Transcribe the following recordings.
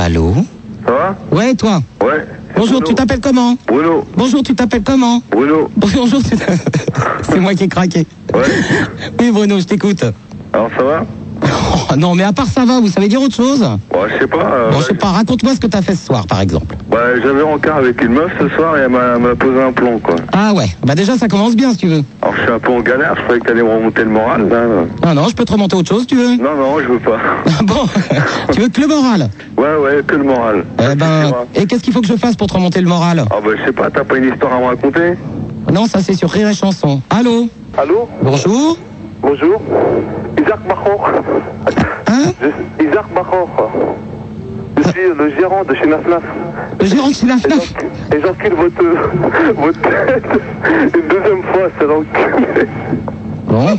Allô? Ça va? Ouais, toi? Ouais. Bonjour, Bruno. tu t'appelles comment? Bruno. Bonjour, tu t'appelles comment? Bruno. Bonjour, c'est moi qui ai craqué. Ouais. Oui, Bruno, je t'écoute. Alors ça va? Oh, non, mais à part ça va, vous savez dire autre chose? Ouais, je sais pas. Bon, je sais pas, raconte-moi ce que t'as fait ce soir, par exemple. Bah, j'avais rencard avec une meuf ce soir et elle m'a posé un plomb, quoi. Ah ouais, bah déjà ça commence bien si tu veux. Alors je suis un peu en galère, je croyais que t'allais me remonter le moral, là. Ah non, je peux te remonter autre chose si tu veux. Non, non, je veux pas. Ah bon, tu veux que le moral? Ouais, que le moral. Eh ben, et qu'est-ce qu'il faut que je fasse pour te remonter le moral? Ah bah, je sais pas, t'as pas une histoire à me raconter? Non, ça c'est sur Rire et Chanson. Allô? Allô? Bonjour? Bonjour. Isaac Mahor. Hein? Isaac Mahor. Je suis le gérant de chez Nafnaf. Le gérant de chez la FNAF? Et j'encule votre tête une deuxième fois, c'est l'enculé. Bon,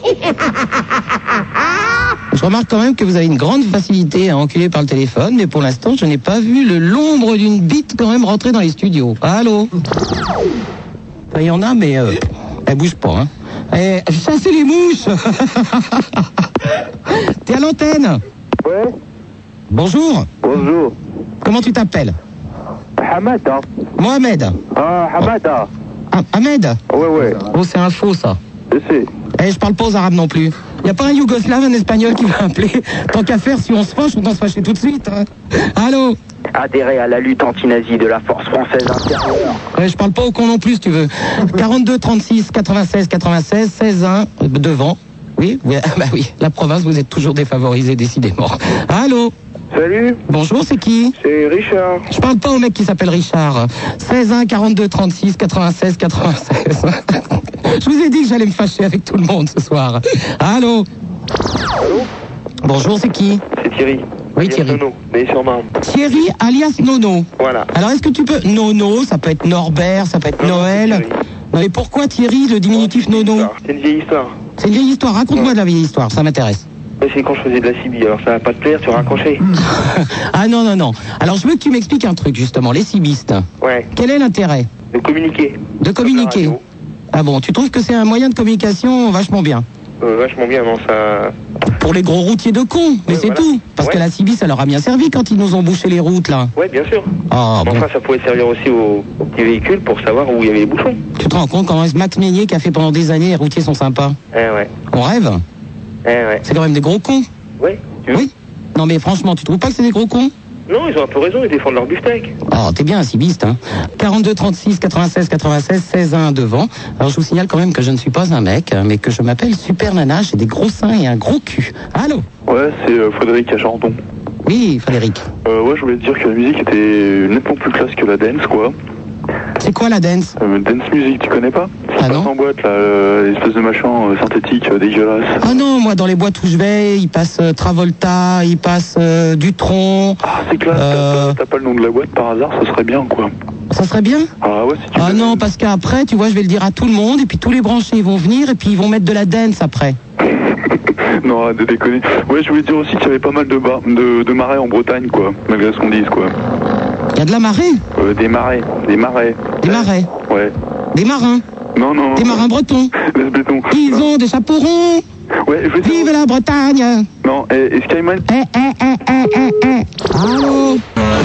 je remarque quand même que vous avez une grande facilité à enculer par le téléphone, mais pour l'instant, je n'ai pas vu l'ombre d'une bite quand même rentrer dans les studios. Allô? Enfin, il y en a, mais elle bouge pas, hein. Eh, chassez les mouches. T'es à l'antenne? Ouais. Bonjour. Bonjour. Comment tu t'appelles? Hamada. Mohamed. Ah, Hamada. Ah, Ahmed? Ouais. Oh, c'est un faux, ça. Je sais. Eh, je parle pas aux Arabes non plus. Y a pas un Yougoslave, un Espagnol qui va appeler? Tant qu'à faire, si on se fâche, on va se fâcher tout de suite. Hein. Allô? Adhérer à la lutte anti-nazie de la force française intérieure. Je parle pas au con non plus, si tu veux. 42 36 96 96 16 1 devant. Oui, bah oui. La province, vous êtes toujours défavorisé, décidément. Allô? Salut, Bonjour, c'est qui? c'est Richard. Je parle pas au mec qui s'appelle Richard. 16 1 42 36 96 96. Je vous ai dit que j'allais me fâcher avec tout le monde ce soir. Allô? Allô? Bonjour, c'est qui? C'est Thierry. Oui, Thierry. Nono, mais sur Marne. Thierry alias Nono. Voilà. Alors, est-ce que tu peux... Nono, ça peut être Norbert, ça peut être Non, Noël. c'est Thierry. Non, mais pourquoi Thierry, le diminutif Nono? C'est une vieille histoire. C'est une vieille histoire. Raconte-moi de la vieille histoire, ça m'intéresse. Mais c'est quand je faisais de la CB, alors ça va pas te plaire, tu vas raccrocher. Ah non. Alors, je veux que tu m'expliques un truc, justement. Les cibistes. Ouais. Quel est l'intérêt De communiquer. de communiquer? radio. Ah bon, tu trouves que c'est un moyen de communication vachement bien? Vachement bien, non, ça... Pour les gros routiers de cons, mais Ouais, c'est voilà. tout. Parce que Ouais. la CB, ça leur a bien servi quand ils nous ont bouché les routes, là. Ouais, bien sûr. Ah Mais bon, enfin, ça pouvait servir aussi aux petits véhicules pour savoir où il y avait les bouchons. tu te rends compte comment Max Meignier qui a fait pendant des années, les routiers sont sympas. Ouais. On rêve? Ouais. C'est quand même des gros cons. Ouais, tu veux? Oui. Non mais franchement, tu trouves pas que c'est des gros cons? Non, ils ont un peu raison, ils défendent leur beefsteak. Oh, t'es bien un cibiste, hein. 42 36 96 96 16 1 devant. Alors je vous signale quand même que je ne suis pas un mec, mais que je m'appelle Super Nana, j'ai des gros seins et un gros cul. Allô? Ouais, c'est Frédéric à Chardon. Oui, Frédéric. Ouais, je voulais te dire que la musique était nettement plus classe que la dance, quoi. C'est quoi la dance? Dance music, tu connais pas? Ah Ça non. passe en boîte, là, l'espèce de machin synthétique dégueulasse. Ah non, moi dans les boîtes où je vais, il passe Travolta, il passe Dutronc. Ah, c'est classe, t'as pas le nom de la boîte par hasard, ça serait bien, quoi. Ça serait bien? Ah ouais, si tu Ah veux. non, parce qu'après, tu vois, je vais le dire à tout le monde, et puis tous les branchés ils vont venir, et puis ils vont mettre de la dance après. Non, arrête de déconner. Ouais, je voulais dire aussi qu'il y avait pas mal de marais en Bretagne, quoi, malgré ce qu'on dise, quoi. Il y a de la marée, Des marais. des marais, Ouais. des marins, Non. des marins bretons. Laisse béton. Ils ont des chapeaux ronds. Ouais, je veux dire... Vive la Bretagne. Non, et Skyman... Allô?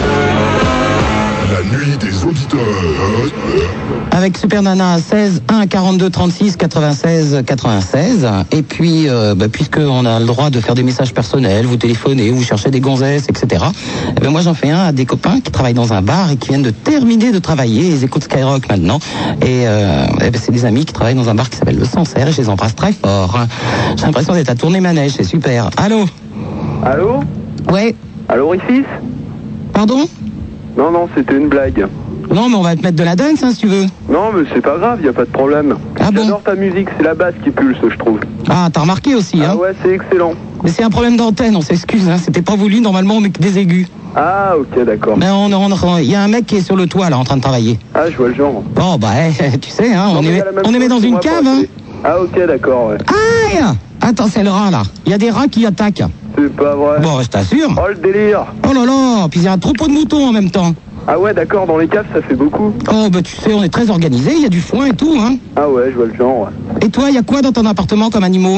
La nuit des auditeurs. Avec Super Nana 16 1 42 36 96 96. Et puis, puisqu'on a le droit de faire des messages personnels, vous téléphonez, vous cherchez des gonzesses, etc. Eh ben moi, j'en fais un à des copains qui travaillent dans un bar et qui viennent de terminer de travailler. Ils écoutent Skyrock maintenant. Et c'est des amis qui travaillent dans un bar qui s'appelle Le Sancerre et je les embrasse très fort. J'ai l'impression d'être à tourner manège, c'est super. Allô? Allô? Ouais. Allô, Riffis? Pardon? Non, c'était une blague. Non, mais on va te mettre de la dance, hein, si tu veux. Non, mais c'est pas grave, y a pas de problème. Ah bon? J'adore ta musique, c'est la basse qui pulse, je trouve. Ah, t'as remarqué aussi, hein? Ah ouais, c'est excellent. Mais c'est un problème d'antenne, on s'excuse, hein. C'était pas voulu, normalement on met que des aigus. Ah, ok, d'accord. Mais il y a un mec qui est sur le toit, là, en train de travailler. Ah, je vois le genre. Bon, tu sais, hein, Non, mais y a la même on est chose dans chez une moi, cave, pour hein. acheter. Ah, ok, d'accord, ouais. Aïe! Attends, c'est le rat, là. Il y a des rats qui attaquent. C'est pas vrai. Bon, je t'assure. Oh, le délire. Oh là là, puis il y a un troupeau de moutons en même temps. Ah ouais, d'accord, dans les caves, ça fait beaucoup. Oh, tu sais, on est très organisé, il y a du foin et tout, hein. Ah ouais, je vois le genre, ouais. Et toi, il y a quoi dans ton appartement comme animaux?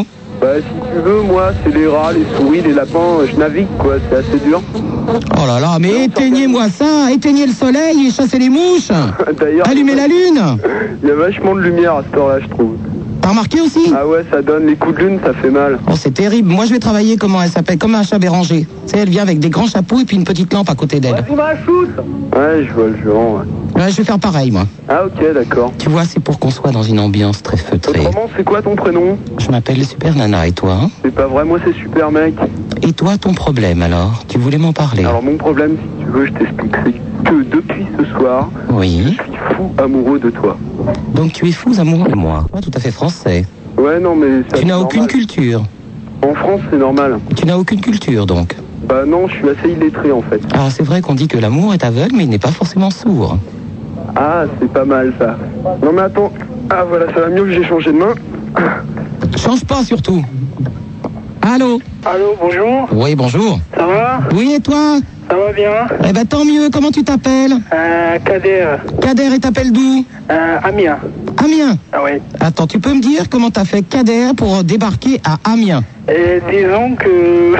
Bah si tu veux, moi, c'est les rats, les souris, les lapins, je navigue quoi, c'est assez dur. Oh là là, mais éteignez-moi ça, éteignez le soleil et chassez les mouches. D'ailleurs, Allumez la lune. il y a vachement de lumière à cette heure-là, je trouve. T'as remarqué aussi? Ah ouais, ça donne les coups de lune, ça fait mal. Oh, c'est terrible. Moi, je vais travailler, comment elle s'appelle? Comme un chat Béranger. Tu sais, elle vient avec des grands chapeaux et puis une petite lampe à côté d'elle. Ouais, je vois le genre, ouais. Ouais, je vais faire pareil, moi. Ah ok, d'accord. Tu vois, c'est pour qu'on soit dans une ambiance très feutrée. Autrement, c'est quoi ton prénom? Je m'appelle Super Nana, et toi, hein? C'est pas vrai, moi c'est Super Mec. Et toi, ton problème, alors? Tu voulais m'en parler? Alors mon problème, si tu veux, je t'explique, c'est que depuis ce soir, je Oui. suis fou amoureux de toi. Donc tu es fou amoureux de moi. Pas tout à fait français. Ouais, non mais... ça, Tu n'as c'est aucune normal. culture. En France, c'est normal. Tu n'as aucune culture, donc. Bah non, je suis assez illettré en fait. Ah, c'est vrai qu'on dit que l'amour est aveugle, mais il n'est pas forcément sourd. Ah, c'est pas mal ça. Non mais attends, ah voilà, ça va mieux que j'ai changé de main. Change pas, surtout. Allô? Allô, bonjour, Oui, bonjour. ça va? Oui, et toi? Ça va bien? Eh ben, tant mieux. Comment tu t'appelles? Kader, Kader, et t'appelles d'où? Amiens. Amiens. Ah ouais. Attends, tu peux me dire comment t'as fait Kader pour débarquer à Amiens? Et disons que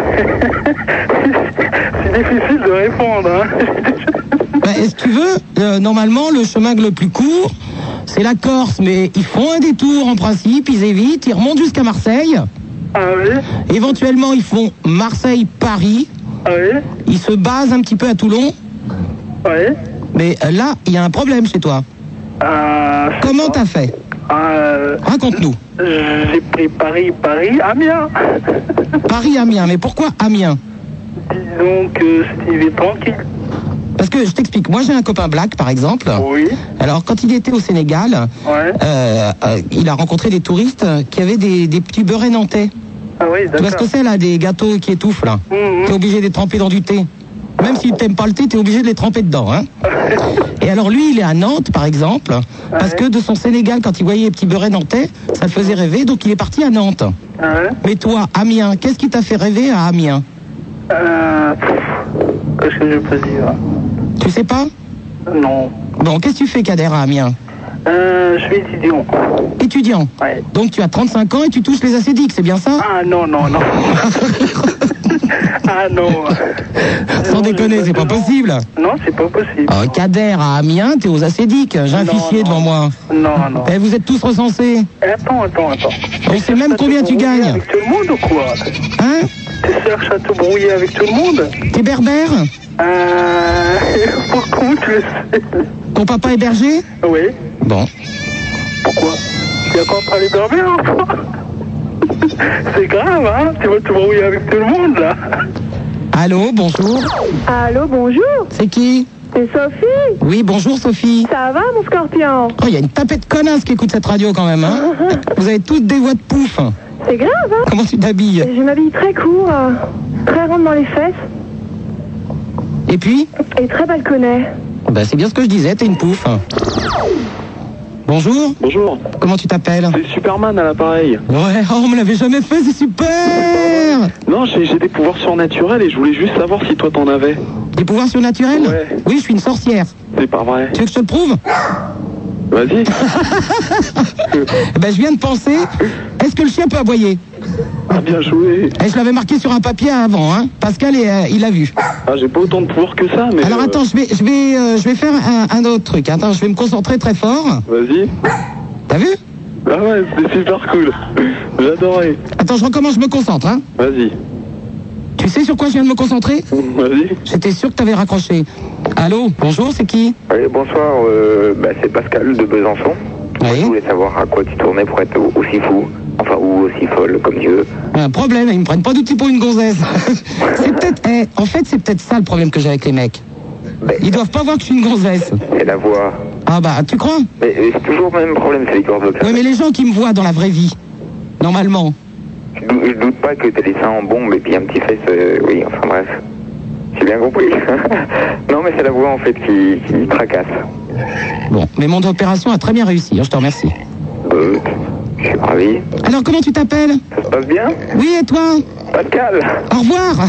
c'est difficile de répondre. Hein. Ben, est-ce que tu veux, normalement, le chemin le plus court, c'est la Corse, mais ils font un détour en principe, ils évitent, ils remontent jusqu'à Marseille. Ah oui? Éventuellement, ils font Marseille-Paris, Ah oui? ils se basent un petit peu à Toulon, Oui? mais là, il y a un problème chez toi. Comment t'as fait? Raconte-nous. J'ai pris Paris, Amiens. Paris-Amiens, mais pourquoi Amiens? Disons que c'était tranquille. Parce que je t'explique, moi j'ai un copain black par exemple. Oui. Alors quand il était au Sénégal, Ouais. il a rencontré des touristes qui avaient des petits beurrés nantais. Ah oui, Tu vois ce d'accord. que c'est là, des gâteaux qui étouffent là? Mhm. T'es obligé de les tremper dans du thé. Même si tu n'aimes pas le thé, t'es obligé de les tremper dedans. Hein. Et alors lui, il est à Nantes par exemple, parce que de son Sénégal, quand il voyait les petits beurrés nantais, ça le faisait rêver, donc il est parti à Nantes. Ah ouais. Mais toi, Amiens, qu'est-ce qui t'a fait rêver à Amiens? Qu'est-ce que je peux dire? Tu sais pas? Non. Bon, qu'est-ce que tu fais, Kader, à Amiens? Je suis étudiant. Étudiant. Ouais. Donc tu as 35 ans et tu touches les acédiques, c'est bien ça? Ah non, non, non. Ah non. Sans déconner, c'est pas possible. Non, c'est pas possible. Ah, Kader, à Amiens, t'es aux acédiques. J'ai un Non, fichier non. devant moi. Non, non. Et vous êtes tous recensés. Attends. On sait même combien tu gagnes. Avec tout le monde ou quoi? Hein? Tu cherches à te brouiller avec tout le monde? T'es berbère? Pourquoi tu le sais? Ton papa est berger? Oui. Bon. Pourquoi? Tu as contre les berbères ou quoi? C'est grave, hein? Tu vas te brouiller avec tout le monde, là. Allô, bonjour. Allô, bonjour, C'est qui? c'est Sophie. Oui, bonjour Sophie. Ça va, mon scorpion? Oh, il y a une tapée de connasses qui écoute cette radio quand même, hein? Vous avez toutes des voix de pouf. C'est grave, hein? Comment tu t'habilles? Je m'habille très court, très ronde dans les fesses Et puis? et très balconnet. Ben, c'est bien ce que je disais, t'es une pouf. Bonjour, Bonjour, comment tu t'appelles? c'est Superman à l'appareil. Ouais, oh, on me l'avait jamais fait, c'est super! Non, j'ai des pouvoirs surnaturels et je voulais juste savoir si toi t'en avais. Des pouvoirs surnaturels? Ouais. Oui, je suis une sorcière. C'est pas vrai. Tu veux que je te le prouve? Vas-y. Eh ben, je viens de penser, est-ce que le chien peut aboyer? Ah, bien joué. Et je l'avais marqué sur un papier avant, hein. Pascal, il l'a vu. Ah, j'ai pas autant de pouvoirs que ça, mais... Alors attends, je vais faire un autre truc. Attends, je vais me concentrer très fort. Vas-y. T'as vu? Ah ouais, c'était super cool. J'adorais. Attends, je recommence, je me concentre, hein. Vas-y. Tu sais sur quoi je viens de me concentrer? Vas-y. J'étais sûr que t'avais raccroché. Allô, bonjour, c'est qui? Oui, bonsoir, c'est Pascal de Besançon. Je Oui. voulais savoir à quoi tu tournais pour être aussi fou, enfin, ou aussi folle comme Dieu. Un problème, ils me prennent pas d'outils pour une gonzesse. C'est peut-être, en fait, c'est peut-être ça le problème que j'ai avec les mecs. Ils doivent pas voir que je suis une gonzesse. C'est la voix. Ah bah, tu crois? Mais c'est toujours le même problème, c'est les cordes vocales. Oui, mais les gens qui me voient dans la vraie vie, normalement. Je doute pas que t'aies les seins en bombe et puis un petit fesse, oui, enfin bref. J'ai bien compris. Non, mais c'est la voix en fait qui tracasse. Bon, mais mon opération a très bien réussi, hein, je te remercie. Je suis ravi. Alors, comment tu t'appelles? Ça se passe bien? Oui, et toi? Pascal! Au revoir.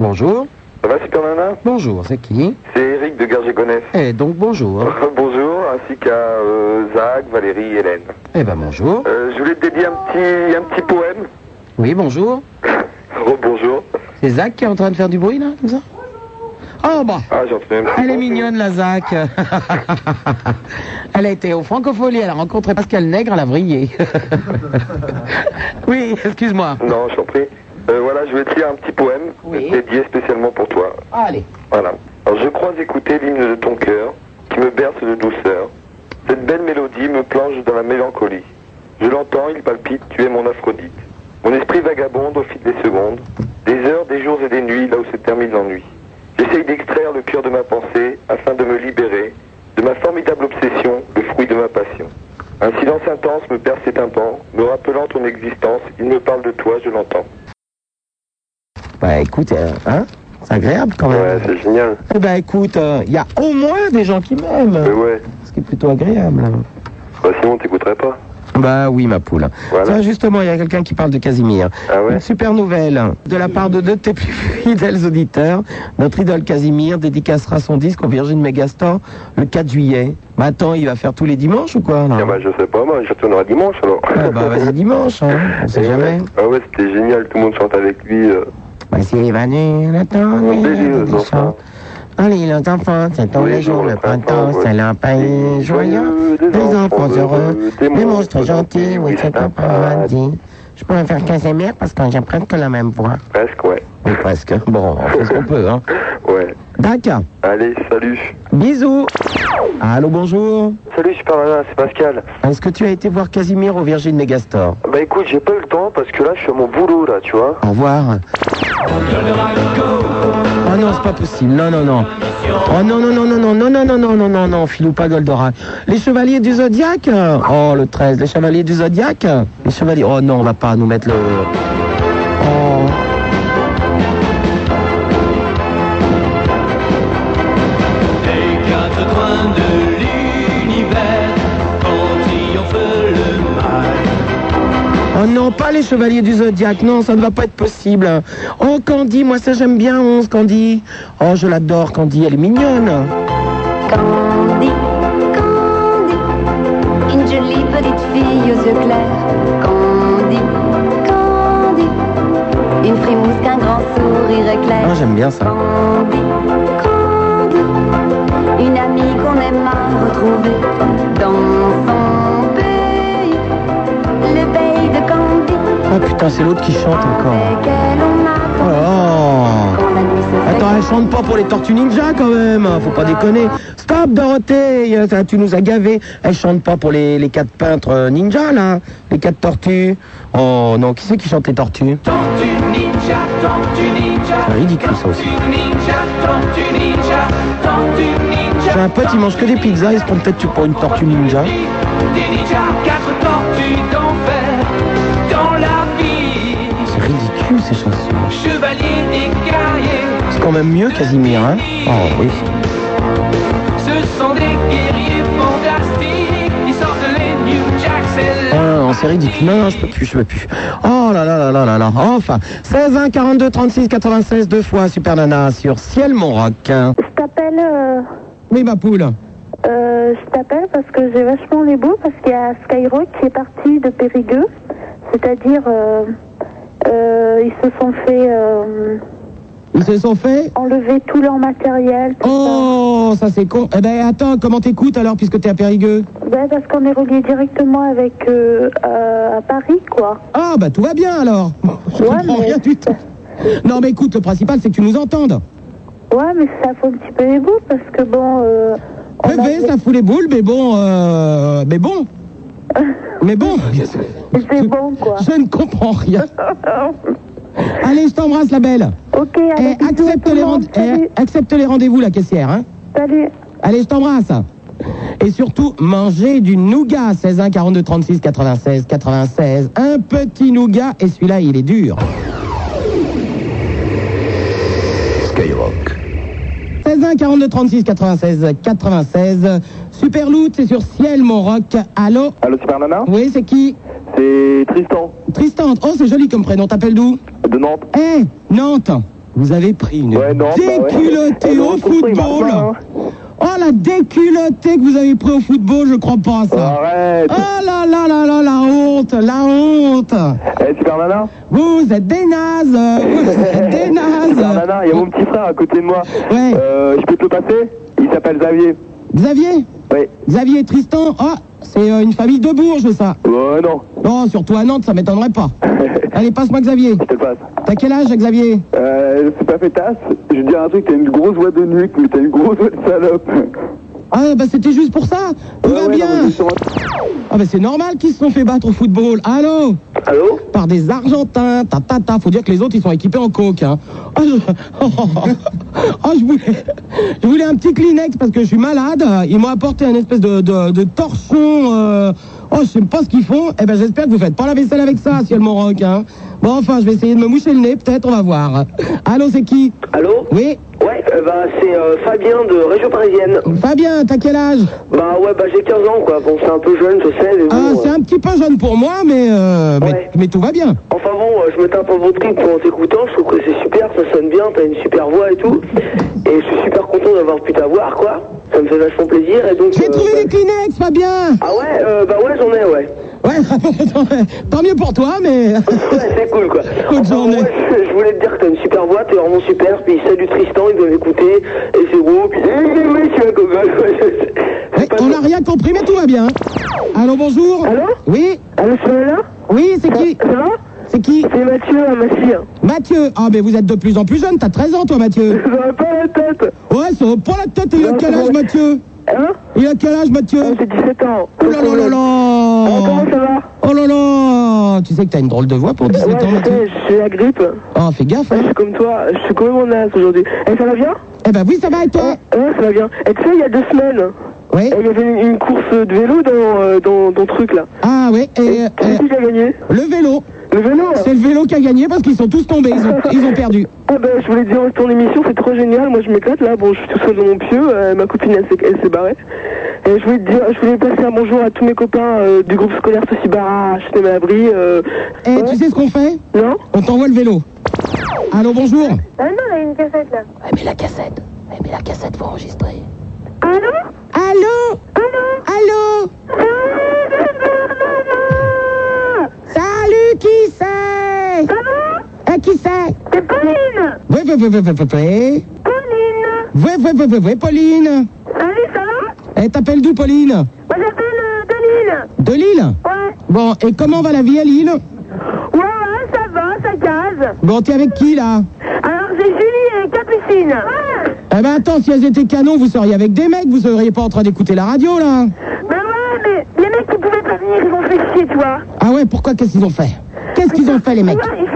Bonjour. Ça va, Super Nana? Bonjour, c'est qui? C'est Eric de Garges-Gonesse. Eh, donc bonjour. Bonjour, ainsi qu'à Zach, Valérie et Hélène. Eh ben bonjour. Je voulais te dédier un petit poème. Oui, bonjour. Bonjour. C'est Zach qui est en train de faire du bruit là, comme ça? Oh bah. Ah, j'en fais même. Elle est mignonne la Zach. Elle a été au Francophonie, elle a rencontré Pascal Nègre à la Vrillée. Oui, excuse-moi. Non, je t'en prie. Voilà, je vais te lire un petit poème dédié spécialement pour toi. Allez. Voilà. Alors, je crois écouter l'hymne de ton cœur qui me berce de douceur. Cette belle mélodie me plonge dans la mélancolie. Je l'entends, il palpite, tu es mon Aphrodite. Mon esprit vagabonde au fil des secondes, des heures, des jours et des nuits, là où se termine l'ennui. J'essaye d'extraire le cœur de ma pensée afin de me libérer de ma formidable obsession, le fruit de ma passion. Un silence intense me perce ses tympans, me rappelant ton existence, il me parle de toi, je l'entends. Bah écoute, hein, c'est agréable quand même. Ouais, c'est génial. Eh ben écoute, il y a au moins des gens qui m'aiment. Ouais. Ce qui est plutôt agréable. Bah, sinon, t'écouterais pas. Bah oui, ma poule. Voilà. Tiens, justement, il y a quelqu'un qui parle de Casimir. Ah ouais? Une super nouvelle de la part de deux de tes plus fidèles auditeurs. Notre idole Casimir dédicacera son disque au Virgin Megastore le 4 juillet. Bah attends, il va faire tous les dimanches ou quoi là? Ah bah je sais pas, moi je retournerai dimanche alors. Ah bah vas-y dimanche, hein. On sait jamais. Ah ouais, c'était génial, tout le monde chante avec lui. Voici les vannes, le temps, les chants. Allez, les enfants, c'est tous les jours le printemps, c'est un pays joyeux, des enfants heureux, des monstres gentils, oui, c'est un paradis. Je pourrais faire Casimir parce que j'ai presque la même voix. Presque, ouais. Oui, presque. Bon, on fait ce qu'on peut, hein. Ouais. D'accord. Allez, salut. Bisous. Allô, bonjour. Salut Super Nana, c'est Pascal. Est-ce que tu as été voir Casimir au Virgin Megastore? Bah écoute, j'ai pas eu le temps parce que là je suis à mon boulot là, tu vois. Au revoir. Oh non, c'est pas possible. Non, non, non. Oh non, non, non, non, non, non, non, non, non, non, non, non, filou pas Goldorak. Les Chevaliers du Zodiaque. Oh, le 13, les Chevaliers du Zodiaque. Les Chevaliers. Oh non, on va pas nous mettre le... Oh. Les quatre coins de l'univers triomphe le mal. Oh non, pas les Chevaliers du Zodiaque, non, ça ne va pas être possible. Oh, Candy, moi ça j'aime bien, 11, Candy. Oh, je l'adore, Candy, elle est mignonne. Candy, Candy, une jolie petite fille aux yeux clairs. Candy, Candy, une frimousse qu'un grand sourire éclaire. Ah, j'aime bien ça. Candy, Candy, une amie qu'on aime à retrouver dans son pays, le pays de Candy. Oh putain, c'est l'autre qui chante encore. Avec elle on attend Oh. quand la nuit se fait. Attends, elle chante pas pour les Tortues Ninja quand même, faut pas déconner. Stop Dorothée, tu nous as gavés. Elle chante pas pour les quatre peintres ninja là, les quatre tortues. Oh non, qui c'est qui chante les tortues? Tortue ninja, tortue ninja. C'est ridicule ça aussi. Tortue ninja, tortue ninja, tortue ninja. J'ai un pote, il mange que des pizzas, il se prend peut-être pour une tortue ninja. Des ninjas, quatre tortues d'enfer dans la vie. C'est ridicule ces chansons. Chevalier des guerriers. C'est quand même mieux Casimir, hein? Oh oui. Ce sont des guerriers fantastiques. Ils sortent les New Jacks et Oh non, c'est ridicule. Non, non, je peux plus. Oh là là là là là là. Enfin, 16 1 42 36 96 deux fois Super Nana sur Ciel Mon Rock. Je t'appelle, Oui, ma poule. je t'appelle parce que j'ai vachement les bouts, parce qu'il y a Skyrock qui est parti de Périgueux, c'est-à-dire ils se sont fait Ils se sont fait enlever tout leur matériel, tout Oh, ça c'est con. Eh ben attends, comment t'écoutes alors puisque t'es à Périgueux? ça. Ouais, parce qu'on est relié directement avec à Paris, quoi. Ah bah tout va bien alors. Je Ouais, comprends mais- rien du tout. Non mais écoute, le principal c'est que tu nous entendes. Ouais, mais ça fait un petit peu les bouts, parce que bon... on Bébé, a- ça fout les boules, mais bon, mais bon. Mais bon, C'est bon, quoi. je ne comprends rien. Allez, je t'embrasse la belle. Ok, Et allez, bisous à accepte tout le les, monde. Salut. accepte les rendez-vous, la caissière. Hein. Salut. Allez, je t'embrasse. Et surtout, mangez du nougat. 16 1 42 36 96 96. Un petit nougat, et celui-là, il est dur. Skyrock. 16 1 42 36 96 96. Super Loot, c'est sur Ciel, mon rock. Allô? Allô Super Nana? Oui, c'est qui? C'est Tristan, Tristan. Oh, c'est joli comme prénom. T'appelles d'où? de Nantes. Eh, Nantes, vous avez pris une Ouais, Nantes, bah ouais. déculottée Eh, au on trouve pas, il marche football. pas, hein. Oh, la déculottée que vous avez pris au football, je crois pas à ça. Arrête. Oh là là là là, la honte, la honte. Eh, Super Nana. Vous êtes des nazes, vous êtes des nazes. Super Nana, il y a mon petit frère à côté de moi. Ouais. Je peux te le passer? Il s'appelle Xavier. Xavier? Oui. Xavier et Tristan, oh, c'est une famille de Bourges, ça. Non. Non, surtout à Nantes, ça m'étonnerait pas. Allez, passe-moi Xavier. Je te le passe. T'as quel âge, Xavier? C'est pas fait tasse. Je vais te dire un truc, t'as une grosse voix de nuque, mais t'as une grosse voix de salope. Ah, bah c'était juste pour ça. Tout va bien. Ah, bah c'est normal qu'ils se sont fait battre au football. Allô? Allô? Par des Argentins. Faut dire que les autres, ils sont équipés en coke. Hein. Je voulais un petit Kleenex parce que je suis malade. Ils m'ont apporté un espèce de torchon. Je sais pas ce qu'ils font. Eh ben, j'espère que vous faites pas la vaisselle avec ça, ciel mon roc. Hein. Bon, enfin, je vais essayer de me moucher le nez, peut-être, on va voir. Allô, c'est qui? Allô? Oui? Ouais, c'est Fabien de région parisienne. Fabien, t'as quel âge? J'ai 15 ans, quoi. Bon, c'est un peu jeune, je sais, mais bon... c'est un petit peu jeune pour moi, mais tout va bien. Enfin bon, je me tape un bon truc en t'écoutant, je trouve que c'est super, ça sonne bien, t'as une super voix et tout. Et je suis super content d'avoir pu t'avoir, quoi. Ça me fait vachement plaisir, et donc... J'ai trouvé des Kleenex, Fabien! Ah ouais, j'en ai, ouais. Ouais, tant mieux pour toi, mais... Ouais, c'est cool, quoi. Je voulais te dire que t'as une super voix, t'es vraiment super, puis salut Tristan, il doit m'écouter, et c'est beau, puis... je suis un gogol. On n'a rien compris, mais tout va bien. Allô, bonjour? Allô? Oui? Allô, c'est là? Oui, c'est qui? Ça va? C'est qui? C'est Mathieu, à Massy. Mathieu? Ah, mais vous êtes de plus en plus jeune, t'as 13 ans, toi, Mathieu. Ça va pas la tête. Ouais, ça va pas la tête, il a quel âge, Mathieu? Hein? Il a quel âge, Mathieu? J'ai 17 ans. Oh là là là là! Comment ça va? Oh là là! Tu sais que t'as une drôle de voix pour 17 ans, Mathieu? J'ai la grippe. Oh, fais gaffe, hein. Je suis comme toi, je suis complètement naze aujourd'hui. Et ça va bien? Eh ben oui, ça va, et toi? Ouais, ça va bien. Et tu sais, il y a 2 semaines, oui. Il y avait une course de vélo dans ton truc, là. Ah oui, et... C'est qui a gagné? Le vélo. Le vélo? C'est le vélo qui a gagné parce qu'ils sont tous tombés, ils ont perdu. Ah ben, je voulais te dire, ton émission, c'est trop génial. Moi, je m'éclate, là. Bon, je suis tout seul dans mon pieu. Ma copine, elle s'est barrée. Et je voulais passer un bonjour à tous mes copains du groupe scolaire Saucibara, je t'aime à l'abri. Et tu sais ce qu'on fait? Non? On t'envoie le vélo. Allô, bonjour? Ah non, il y a une cassette, là. Ouais, mais la cassette, faut enregistrer. Allô? Allô? Allô? Salut, qui c'est? Qui c'est? C'est Pauline. Oui. Pauline. Oui, Pauline. Salut, ça va? Eh, t'appelles d'où, Pauline? Moi, j'appelle de Lille. De Lille? Ouais. Bon, et comment va la vie à Lille? Ouais, ça va, ça case. Bon, t'es avec qui, là? Alors, j'ai Julie et Capucine. Ouais. Eh ben, attends, si elles étaient canons, vous seriez avec des mecs, vous seriez pas en train d'écouter la radio, là. Ben ouais, mais les mecs qui pouvaient pas venir, ils ont fait chier, tu vois. Ah ouais, pourquoi? Qu'est-ce qu'ils ont fait? Qu'est-ce qu'ils ont fait, les mecs? Ouais,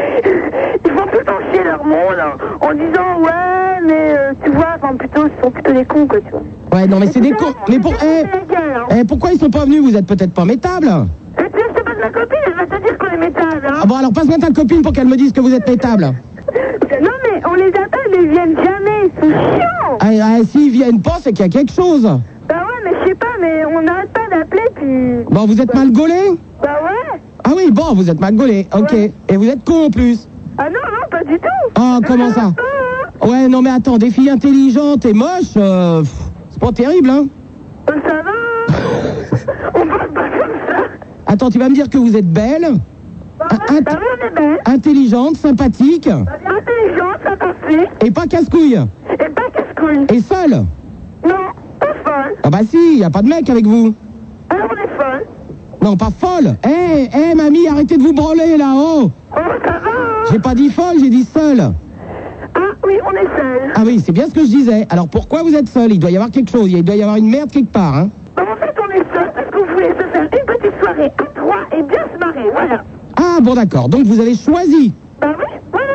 ils font tout le temps chier leur monde en disant ouais, mais tu vois, ils sont plutôt des cons, quoi, tu vois. Ouais, non, mais c'est des cons. Mais pourquoi ils sont pas venus? Vous êtes peut-être pas métables. Et puis, je te passe ma copine, elle va te dire qu'on est métables, hein. Ah bon, alors passe-moi ta copine pour qu'elle me dise que vous êtes métables. Non, mais on les appelle, mais ils viennent jamais, c'est chiant. Ah, s'ils viennent pas, c'est qu'il y a quelque chose. Bah ouais, mais je sais pas, mais on n'arrête pas d'appeler, puis... Bon, vous êtes mal gaulé? Bah ouais. Ah oui, bon, vous êtes mal gaulé, ok. Ouais. Et vous êtes con en plus. Ah non, pas du tout. Ah, comment ça? Ouais, non, mais attends, des filles intelligentes et moches, c'est pas terrible, hein? Ça va. On parle pas comme ça. Attends, tu vas me dire que vous êtes belle, Bah oui, on est belle. intelligente, sympathique, Intelligente, sympathique, et pas casse-couille. et pas casse-couille. Et seule. Non, pas folle. Ah bah si, y a pas de mec avec vous. Alors on est folle. Non, pas folle. Eh, mamie, arrêtez de vous branler, là, oh. Oh, ça va. J'ai pas dit folle, j'ai dit seule. Ah oui, on est seul. Ah oui, c'est bien ce que je disais. Alors pourquoi vous êtes seul? Il doit y avoir quelque chose, il doit y avoir une merde quelque part, hein. Bah, en fait, on est seul parce qu'on voulait se faire une petite soirée à 3 et bien se marrer, voilà. Ah bon, d'accord, donc vous avez choisi. Bah oui, voilà.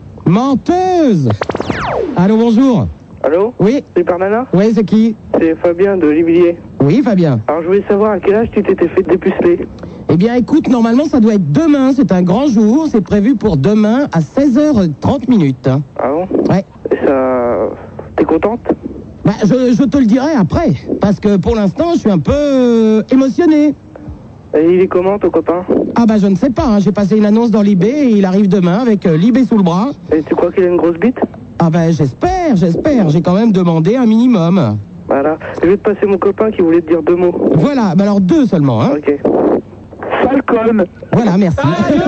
Menteuse. Allô, bonjour. Allô? Oui. Super Nana? Oui, c'est qui? C'est Fabien de Libilier. Oui, Fabien. Alors, je voulais savoir à quel âge tu t'étais fait dépuceler. Eh bien, écoute, normalement, ça doit être demain. C'est un grand jour. C'est prévu pour demain à 16h30 minutes. Ah bon? Ouais. Et ça... T'es contente? Bah, je te le dirai après. Parce que pour l'instant, je suis un peu émotionné. Et il est comment, ton copain? Ah bah, je ne sais pas. Hein. J'ai passé une annonce dans Libé et il arrive demain avec Libé sous le bras. Et tu crois qu'il a une grosse bite? Ah bah, j'espère. J'ai quand même demandé un minimum. Voilà. Je vais te passer mon copain qui voulait te dire 2 mots. Voilà, bah alors 2 seulement, hein. Ok. Falcon. Voilà, merci.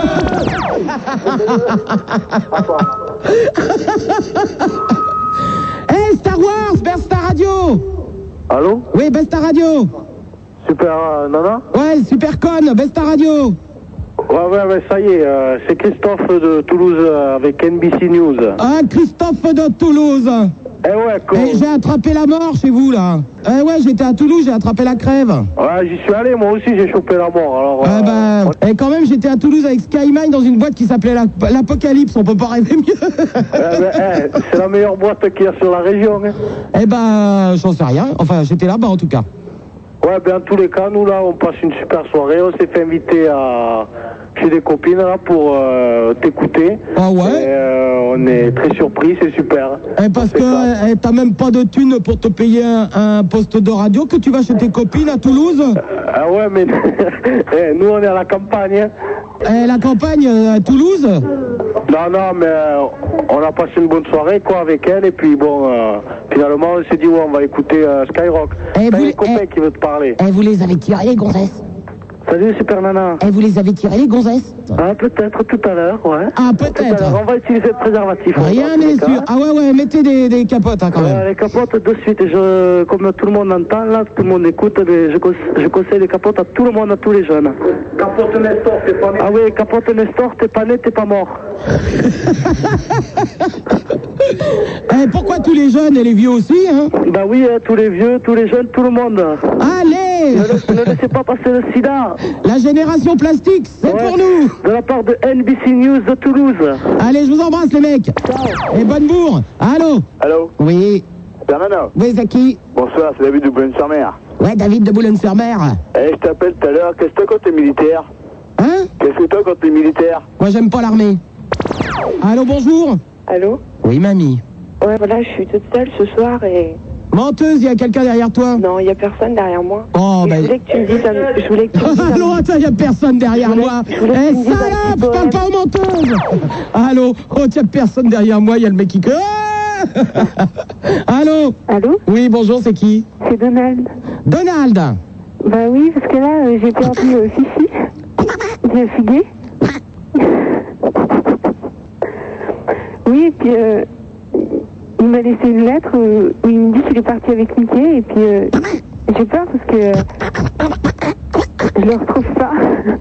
Hey, Star Wars, baisse ta radio. Allô? Oui, baisse ta radio. Super Nana? Ouais, super conne, baisse ta radio. Ouais, ça y est, c'est Christophe de Toulouse avec NBC News. Ah, Christophe de Toulouse. Eh ouais, con. J'ai attrapé la mort chez vous, là. Eh ouais, j'étais à Toulouse, j'ai attrapé la crève. Ouais, j'y suis allé, moi aussi, j'ai chopé la mort, alors... Et quand même, j'étais à Toulouse avec Skymine dans une boîte qui s'appelait l'Apocalypse, on peut pas rêver mieux. C'est la meilleure boîte qu'il y a sur la région, hein. Eh ben, j'en sais rien. Enfin, j'étais là-bas, en tout cas. Ouais, ben, en tous les cas, nous, là, on passe une super soirée. On s'est fait inviter chez des copines, là, pour t'écouter. Ah ouais? Et on est très surpris, c'est super. Eh, parce que t'as même pas de thunes pour te payer un poste de radio que tu vas chez tes copines à Toulouse? Ah ouais, mais nous, on est à la campagne, hein. Eh, la campagne à Toulouse? Non, mais on a passé une bonne soirée, quoi, avec elle. Et puis, bon, finalement, on s'est dit, ouais, on va écouter Skyrock. T'as un copain qui veut te parler. Eh, vous les avez tirés, les gonzesses? Salut, Super Nana. Eh, vous les avez tirés, les gonzesses? Ah, peut-être tout à l'heure, ouais. Ah, peut-être. On va utiliser le préservatif. Rien n'est sûr. Ah ouais, mettez des capotes, hein, quand même. Les capotes de suite. Comme tout le monde entend, là, tout le monde écoute, je conseille les capotes à tout le monde, à tous les jeunes. Capote Nestor, t'es pas né. Ah oui, capote Nestor, t'es pas né, t'es pas mort. Eh, pourquoi tous les jeunes et les vieux aussi, hein? Bah oui, tous les vieux, tous les jeunes, tout le monde. Allez! Ne laissez pas passer le sida. La génération plastique, c'est pour nous! De la part de NBC News de Toulouse. Allez, je vous embrasse, les mecs! Et bonne bourre! Allô? Allô? Oui. Nana. Oui, c'est qui? Bonsoir, c'est David de Boulogne-sur-Mer. Ouais, David de Boulogne-sur-Mer. Eh, je t'appelle tout à l'heure, qu'est-ce que t'as contre les militaires? Hein? Qu'est-ce que t'as contre les militaires? Moi, j'aime pas l'armée. Allô, bonjour? Allô? Oui, mamie. Ouais, voilà, je suis toute seule ce soir et... Menteuse, il y a quelqu'un derrière toi? Non, il y a personne derrière moi. Oh, Je voulais que tu me dises je voulais que tu me dises Allô, attends, il y a personne derrière moi. Eh, salope, parle pas aux menteuses. Allô? Oh, il y a personne derrière moi, il y a le mec qui... Allô? Allô? Oui, bonjour, c'est qui? C'est Donald. Donald? Bah oui, parce que là, j'ai perdu Fifi. J'ai figué. Oui, et puis il m'a laissé une lettre où il me dit qu'il est parti avec Mickey, et puis j'ai peur parce que je le retrouve pas.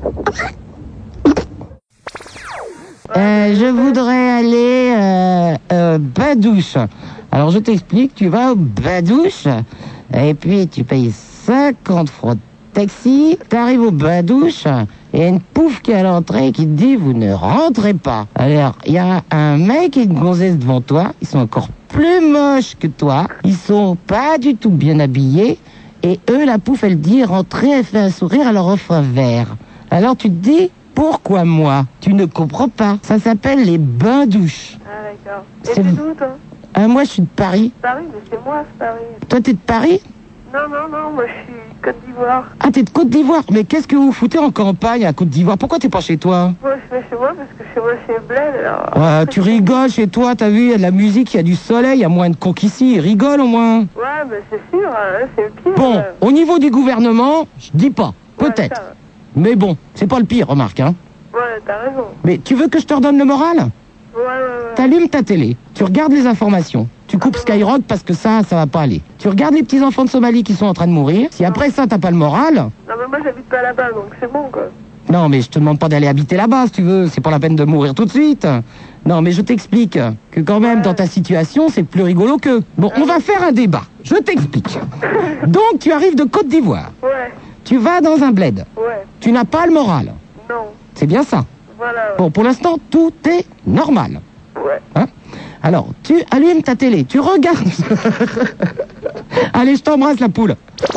Je voudrais aller Badouche. Alors je t'explique, tu vas au Badouche et puis tu payes 50 francs de taxi, t'arrives au Badouche et y a une pouffe qui est à l'entrée qui te dit vous ne rentrez pas. Alors il y a un mec et une gonzesse devant toi, ils sont encore plus moches que toi, ils sont pas du tout bien habillés et eux la pouffe elle dit rentrez, elle fait un sourire, elle leur offre un verre. Alors tu te dis pourquoi moi? Tu ne comprends pas. Ça s'appelle les bains-douches. Ah d'accord. Et t'es d'où toi? Moi je suis de Paris. Paris, mais c'est moi, c'est Paris. Toi t'es de Paris? Non, moi je suis Côte d'Ivoire. Ah t'es de Côte d'Ivoire? Mais qu'est-ce que vous foutez en campagne à Côte d'Ivoire? Pourquoi t'es pas chez toi? Moi je vais chez moi parce que chez moi c'est bled alors. Ouais, tu rigoles chez toi, t'as vu, il y a de la musique, il y a du soleil, il y a moins de con qu'ici, rigole au moins. Ouais, mais c'est sûr, c'est le pire. Bon, au niveau du gouvernement, je dis pas, peut-être. Ouais, mais bon, c'est pas le pire, remarque, hein. Ouais, t'as raison. Mais tu veux que je te redonne le moral? Ouais. T'allumes ta télé, tu regardes les informations, tu coupes Skyrock parce que ça va pas aller. Tu regardes les petits enfants de Somalie qui sont en train de mourir, si après ça t'as pas le moral... Non mais moi j'habite pas là-bas donc c'est bon quoi. Non mais je te demande pas d'aller habiter là-bas si tu veux, c'est pas la peine de mourir tout de suite. Non mais je t'explique que quand même dans ta situation c'est plus rigolo que... Bon, on va faire un débat, je t'explique. Donc tu arrives de Côte d'Ivoire. Ouais. Tu vas dans un bled. Ouais. Tu n'as pas le moral. Non. C'est bien ça. Voilà. Ouais. Bon, pour l'instant, tout est normal. Ouais. Hein? Alors, tu allumes ta télé, tu regardes. Allez, je t'embrasse, la poule.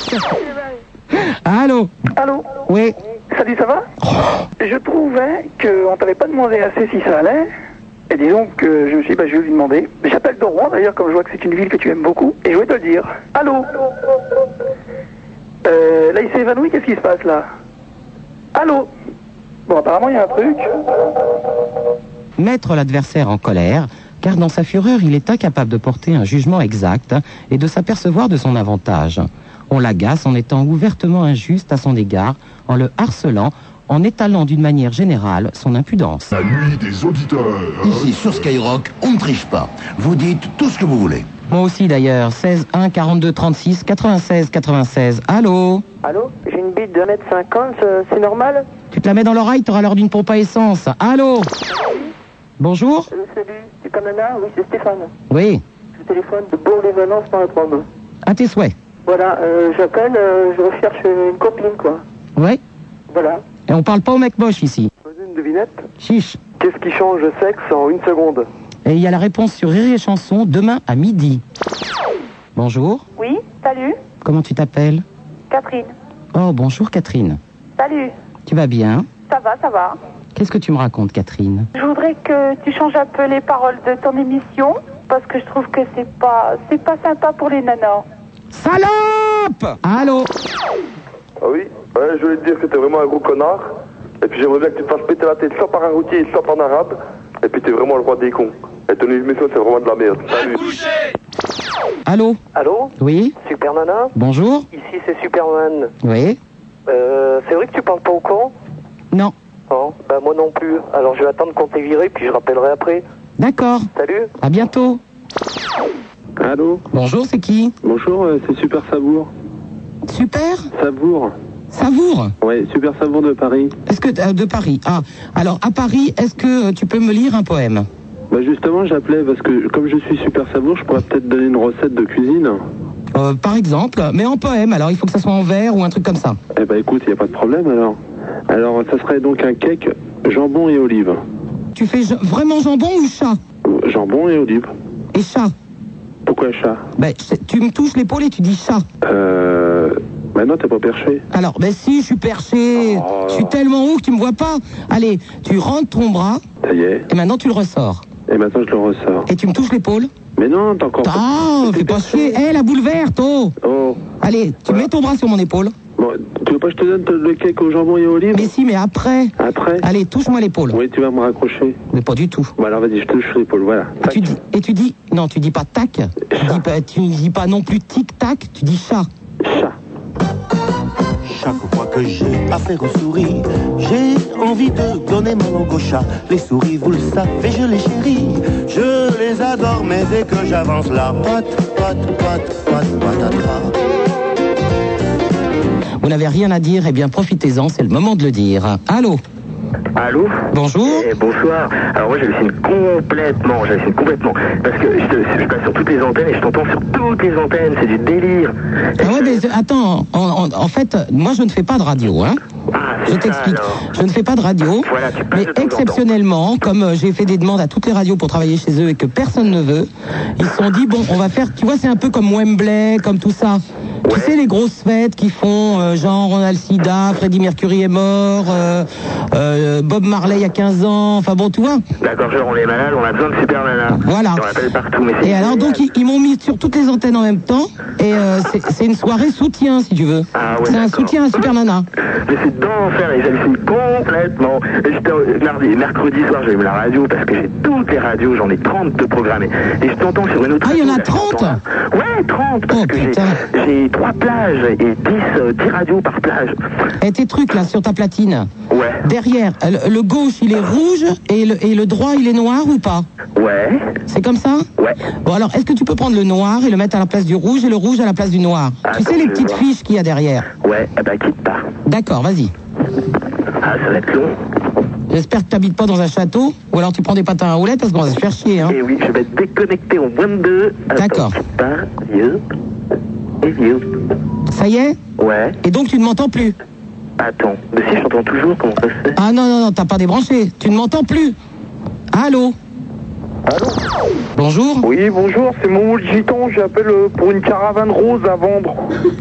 Allô? Allô? Oui. Salut, ça va? Je trouvais qu'on t'avait pas demandé assez si ça allait. Et disons que je me suis dit, je vais lui demander. J'appelle de Rouen d'ailleurs, comme je vois que c'est une ville que tu aimes beaucoup. Et je vais te le dire. Allô? Là, il s'est évanoui, qu'est-ce qui se passe là? Allô? Bon, apparemment, il y a un truc. Mettre l'adversaire en colère car dans sa fureur, il est incapable de porter un jugement exact et de s'apercevoir de son avantage. On l'agace en étant ouvertement injuste à son égard, en le harcelant, en étalant d'une manière générale son impudence. La nuit des auditeurs. Ici, sur Skyrock, on ne triche pas. Vous dites tout ce que vous voulez. Moi aussi d'ailleurs, 16 1 42 36 96 96. Allô? Allô? J'ai une bite de 1m50, c'est normal? Tu te la mets dans l'oreille, t'auras l'heure d'une pompe à essence. Allô? Bonjour? Salut, c'est Canana, oui, c'est Stéphane. Oui. Je téléphone de Bourg-les-Valence par la Trombe. À tes souhaits. Voilà, j'appelle, je recherche une copine, quoi. Oui. Voilà. Et on parle pas au mec moche ici. Une devinette? Chiche. Qu'est-ce qui change de sexe en une seconde? Et il y a la réponse sur Rire et Chanson demain à midi. Bonjour. Oui, salut. Comment tu t'appelles? Catherine. Oh, bonjour Catherine. Salut. Tu vas bien? Ça va, ça va. Qu'est-ce que tu me racontes, Catherine? Je voudrais que tu changes un peu les paroles de ton émission, parce que je trouve que c'est pas sympa pour les nanas. Salope! Allô? Ah oui, ouais, je voulais te dire que t'es vraiment un gros connard. Et puis j'aimerais bien que tu te fasses péter la tête soit par un routier, soit en arabe. Et puis t'es vraiment le roi des cons. Et ton émission c'est vraiment de la merde. Salut. Allô? Allô? Oui? Super Nana? Bonjour? Ici c'est Superman. Oui? C'est vrai que tu parles pas au con? Non. Non, bah moi non plus. Alors je vais attendre qu'on t'ait viré, puis je rappellerai après. D'accord. Salut. À bientôt. Allô? Bonjour, c'est qui? Bonjour, c'est Super Savour. Super? Savour. Savour? Ouais, Super Savour de Paris. Est-ce que de Paris? Ah, alors à Paris, est-ce que tu peux me lire un poème? Bah justement, j'appelais parce que comme je suis Super Savour, je pourrais peut-être donner une recette de cuisine. Par exemple, mais en poème, alors il faut que ça soit en vers ou un truc comme ça. Eh bah écoute, y a pas de problème alors. Alors, ça serait donc un cake jambon et olive. Tu fais vraiment jambon ou chat? Jambon et olive. Et chat? Pourquoi chat? Ben, tu me touches l'épaule et tu dis chat. Bah non, t'es pas perché. Alors, ben si, je suis perché. Je suis tellement haut que tu me vois pas. Allez, tu rentres ton bras. Ça y est. Et maintenant tu le ressors. Et maintenant je le ressors. Et tu me touches l'épaule. Mais non, t'as encore... Ah, fais pas chier. Hé, la boule verte, oh. Allez, tu mets ton bras sur mon épaule. Bon, tu veux pas que je te donne le cake au jambon et aux olives? Mais si, mais après. Après? Allez, touche-moi l'épaule. Oui, tu vas me raccrocher. Mais pas du tout. Bon alors vas-y, je touche l'épaule, voilà. Et tu dis, non, tu dis pas tac. Tu dis pas non plus tic-tac, tu dis chat. Chat. Chaque fois que j'ai affaire aux souris, j'ai envie de donner mon langue au chat. Les souris, vous le savez, je les chéris. Je les adore, mais dès que j'avance la patate. Vous n'avez rien à dire, eh bien profitez-en, c'est le moment de le dire. Allô? Allô? Bonjour. Bonsoir. Alors moi j'hallucine complètement, parce que je passe sur toutes les antennes et je t'entends sur toutes les antennes, c'est du délire. Ah ouais, mais attends, en fait, moi je ne fais pas de radio, hein. Je t'explique. Je ne fais pas de radio, voilà, mais exceptionnellement, comme j'ai fait des demandes à toutes les radios pour travailler chez eux et que personne ne veut, ils se sont dit, bon, on va faire, tu vois, c'est un peu comme Wembley, comme tout ça. Tu sais, les grosses fêtes qui font, genre, on a le sida, Freddie Mercury est mort, Bob Marley il y a 15 ans, enfin bon, tu vois. D'accord, genre on est malade, on a besoin de Super Nana. Voilà. On appelle partout, mais et alors, donc, ils m'ont mis sur toutes les antennes en même temps, et c'est une soirée soutien, si tu veux. Ah ouais, c'est un soutien à Super Nana. Mais c'est d'enfer, et j'hallucine complètement. Et mercredi soir, j'allume la radio, parce que j'ai toutes les radios, j'en ai 30 de programmées. Et je t'entends sur une autre... Ah, il y en a 30? Ouais, 30, parce que j'ai 3 plages et 10 radios par plage. Et tes trucs, là, sur ta platine? Ouais. Derrière, le gauche, il est rouge, et le droit, il est noir ou pas? Ouais. C'est comme ça? Ouais. Bon, alors, est-ce que tu peux prendre le noir et le mettre à la place du rouge et le rouge à la place du noir? Tu sais les petites fiches qu'il y a derrière? Ouais, eh ben quitte pas. D'accord, vas-y. Ah, ça va être long. J'espère que tu n'habites pas dans un château, ou alors tu prends des patins à roulettes parce qu'on va se faire chier, hein. Eh oui, je vais être déconnecté au moins de 2. D'accord. Vieux. Et vieux. Ça y est? Ouais. Et donc tu ne m'entends plus? Attends, mais si je t'entends toujours, comment ça se fait? Ah non, t'as pas débranché, tu ne m'entends plus. Allô? Allô? Bonjour. Oui, bonjour, c'est Momo le Giton, j'appelle pour une caravane rose à vendre.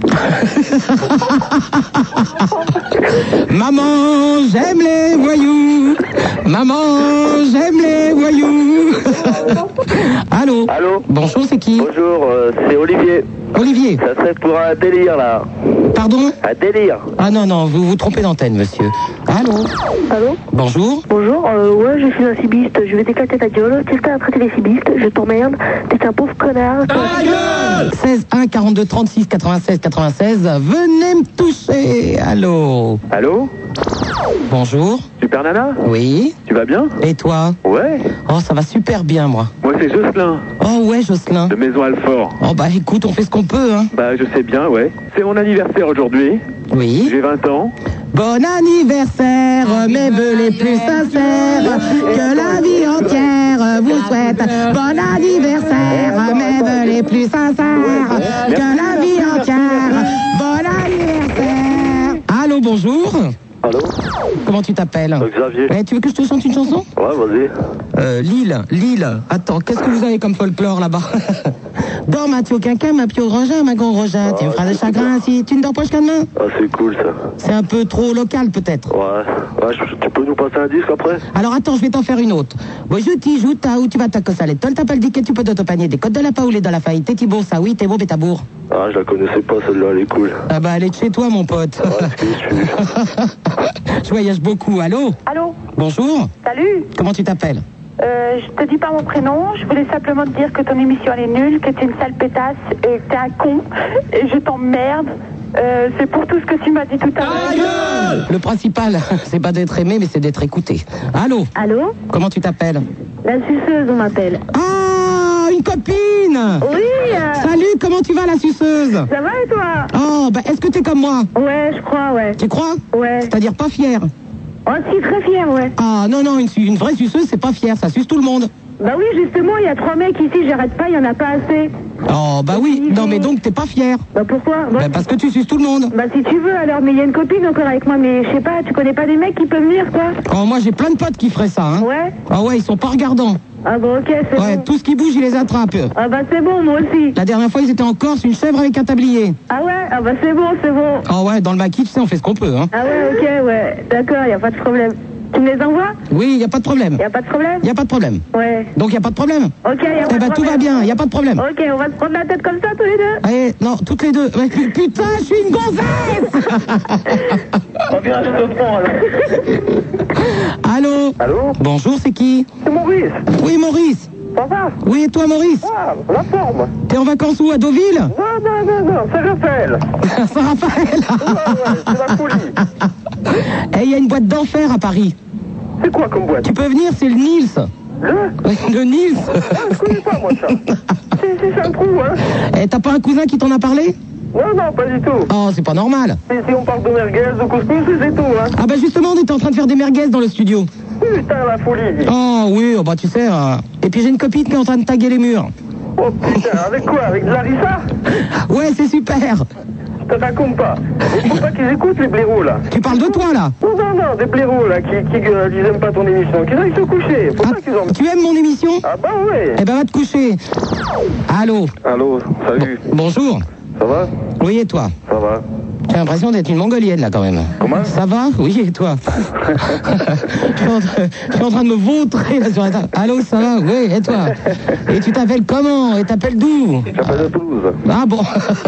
Maman, j'aime les voyous. Maman, j'aime les voyous. Allô? Allô? Bonjour, c'est qui? Bonjour, c'est Olivier. Olivier. Ça serait pour un délire, là. Pardon? Un délire. Ah non, vous vous trompez d'antenne, monsieur. Allô? Allô? Bonjour. Bonjour, ouais, je suis un cibiste, je vais t'éclater ta gueule. Qu'est-ce que t'as à traiter les cibistes? Je t'emmerde, t'es un pauvre connard. Ta gueule! 16 1 42 36 96 96, venez me toucher. Allô? Allô? Bonjour. Super Nana? Oui. Tu vas bien? Et toi? Ouais. Oh, ça va super bien, moi. Moi, c'est Jocelyn. Oh, ouais, Jocelyn. De Maison Alfort. Oh, bah écoute, on fait ce qu'on peut, hein. Bah, je sais bien, ouais. C'est mon anniversaire aujourd'hui. Oui. J'ai 20 ans. Bon anniversaire, mes vœux les plus sincères, que la vie entière vous souhaite. Bon anniversaire, mes vœux les plus sincères, que la vie entière. Bon anniversaire. Allô, bonjour. Allô? Comment tu t'appelles? Xavier. Tu veux que je te chante une chanson? Ouais, vas-y. Lille. Attends, qu'est-ce que vous avez comme folklore là-bas? Dors ma tio quinquin, ma pio rogin, ma grand rogin. Tu me feras des chagrins si tu ne dors pas jusqu'à demain. Ah, c'est cool ça. C'est un peu trop local peut-être. Ouais, tu peux nous passer un disque après? Alors attends, je vais t'en faire une autre. Bon, je t'y joue, t'as où tu vas ta cosse à l'étole, t'as pas le diquet, tu peux t'autopanier des côtes de la paoulée dans la faille, t'es Thibaut, ça oui, t'es beau, bétabour. Ah, je la connaissais pas celle-là, elle est cool. Ah bah elle est de chez toi mon pote. Ouais, je voyage beaucoup, allô? Allô? Bonjour. Salut. Comment tu t'appelles? Je te dis pas mon prénom, je voulais simplement te dire que ton émission elle est nulle, que t'es une sale pétasse et que t'es un con, et je t'emmerde. C'est pour tout ce que tu m'as dit tout à l'heure. Le principal, c'est pas d'être aimé, mais c'est d'être écouté. Allô? Allô? Comment tu t'appelles? La suceuse, on m'appelle. Ah, une copine! Oui! Salut, comment tu vas la suceuse? Ça va et toi? Oh, bah est-ce que t'es comme moi? Ouais, je crois, ouais. Tu crois? Ouais. C'est-à-dire pas fière? Oh si, très fière, ouais. Ah non, une vraie suceuse, c'est pas fière, ça suce tout le monde. Bah oui, justement, il y a 3 mecs ici, j'arrête pas, il y en a pas assez. Oh, bah oui, non mais donc t'es pas fière. Bah pourquoi? Bah parce que tu suces tout le monde. Bah si tu veux, alors, mais il y a une copine encore avec moi, mais je sais pas, tu connais pas des mecs qui peuvent venir, quoi? Oh, moi j'ai plein de potes qui feraient ça, hein. Ouais. Ah ouais, ils sont pas regardants. Ah bon, ok, c'est ouais, bon. Tout ce qui bouge, ils les attrapent. Ah bah c'est bon, moi aussi. La dernière fois, ils étaient en Corse, une chèvre avec un tablier. Ah ouais? Ah bah c'est bon, c'est bon. Ah ouais, dans le maquis, tu sais, on fait ce qu'on peut, hein. Ah ouais, ok, ouais. D'accord, y a pas de problème. Tu me les envoies? Oui, y a pas de problème. Y a pas de problème? Y a pas de problème. Ouais. Donc y a pas de problème. Ok, y a pas de problème. Tout va bien, y a pas de problème. Ok, on va se prendre la tête comme ça tous les deux. Allez, non, toutes les deux. Putain, je suis une gonzesse. On vient, je te prends, alors. Allô? Allô? Bonjour, c'est qui? C'est Maurice. Oui, Maurice. Ça va? Oui, et toi, Maurice? Ah, la forme. T'es en vacances où, à Deauville? Non, c'est Raphaël. Saint-Raphaël. Ouais, c'est la folie. Eh, il y a une boîte d'enfer à Paris. C'est quoi comme boîte? Tu peux venir, c'est le Nils. Le Nils. Ah, je connais pas, moi, ça. C'est un trou, hein. Eh, t'as pas un cousin qui t'en a parlé? Non, pas du tout. Oh, c'est pas normal. Si on parle de merguez, de couscous, c'est tout, hein. Ah bah justement, on était en train de faire des merguez dans le studio. Putain, la folie. Oh oui, oh, bah tu sais. Et puis j'ai une copine qui est en train de taguer les murs. Oh putain, avec quoi? Avec de Larissa? Ouais, c'est super. Je te raconte pas. Il faut pas qu'ils écoutent les blaireaux, là. Tu parles de toi, là? Non, des blaireaux, là, qui ils aiment pas ton émission. Qu'ils aillent se coucher. Faut pas qu'ils en... Tu aimes mon émission? Ah bah ouais. Eh ben va te coucher. Allô? Allô, salut. Bonjour. Ça va? Oui, et toi? Ça va. J'ai l'impression d'être une mongolienne, là, quand même. Comment? Ça va? Oui, et toi? je suis en train de me vautrer, là, sur la table. Allô, ça va? Oui, et toi? Et tu t'appelles comment? Et t'appelles d'où? Je t'appelle de Toulouse. Ah bon.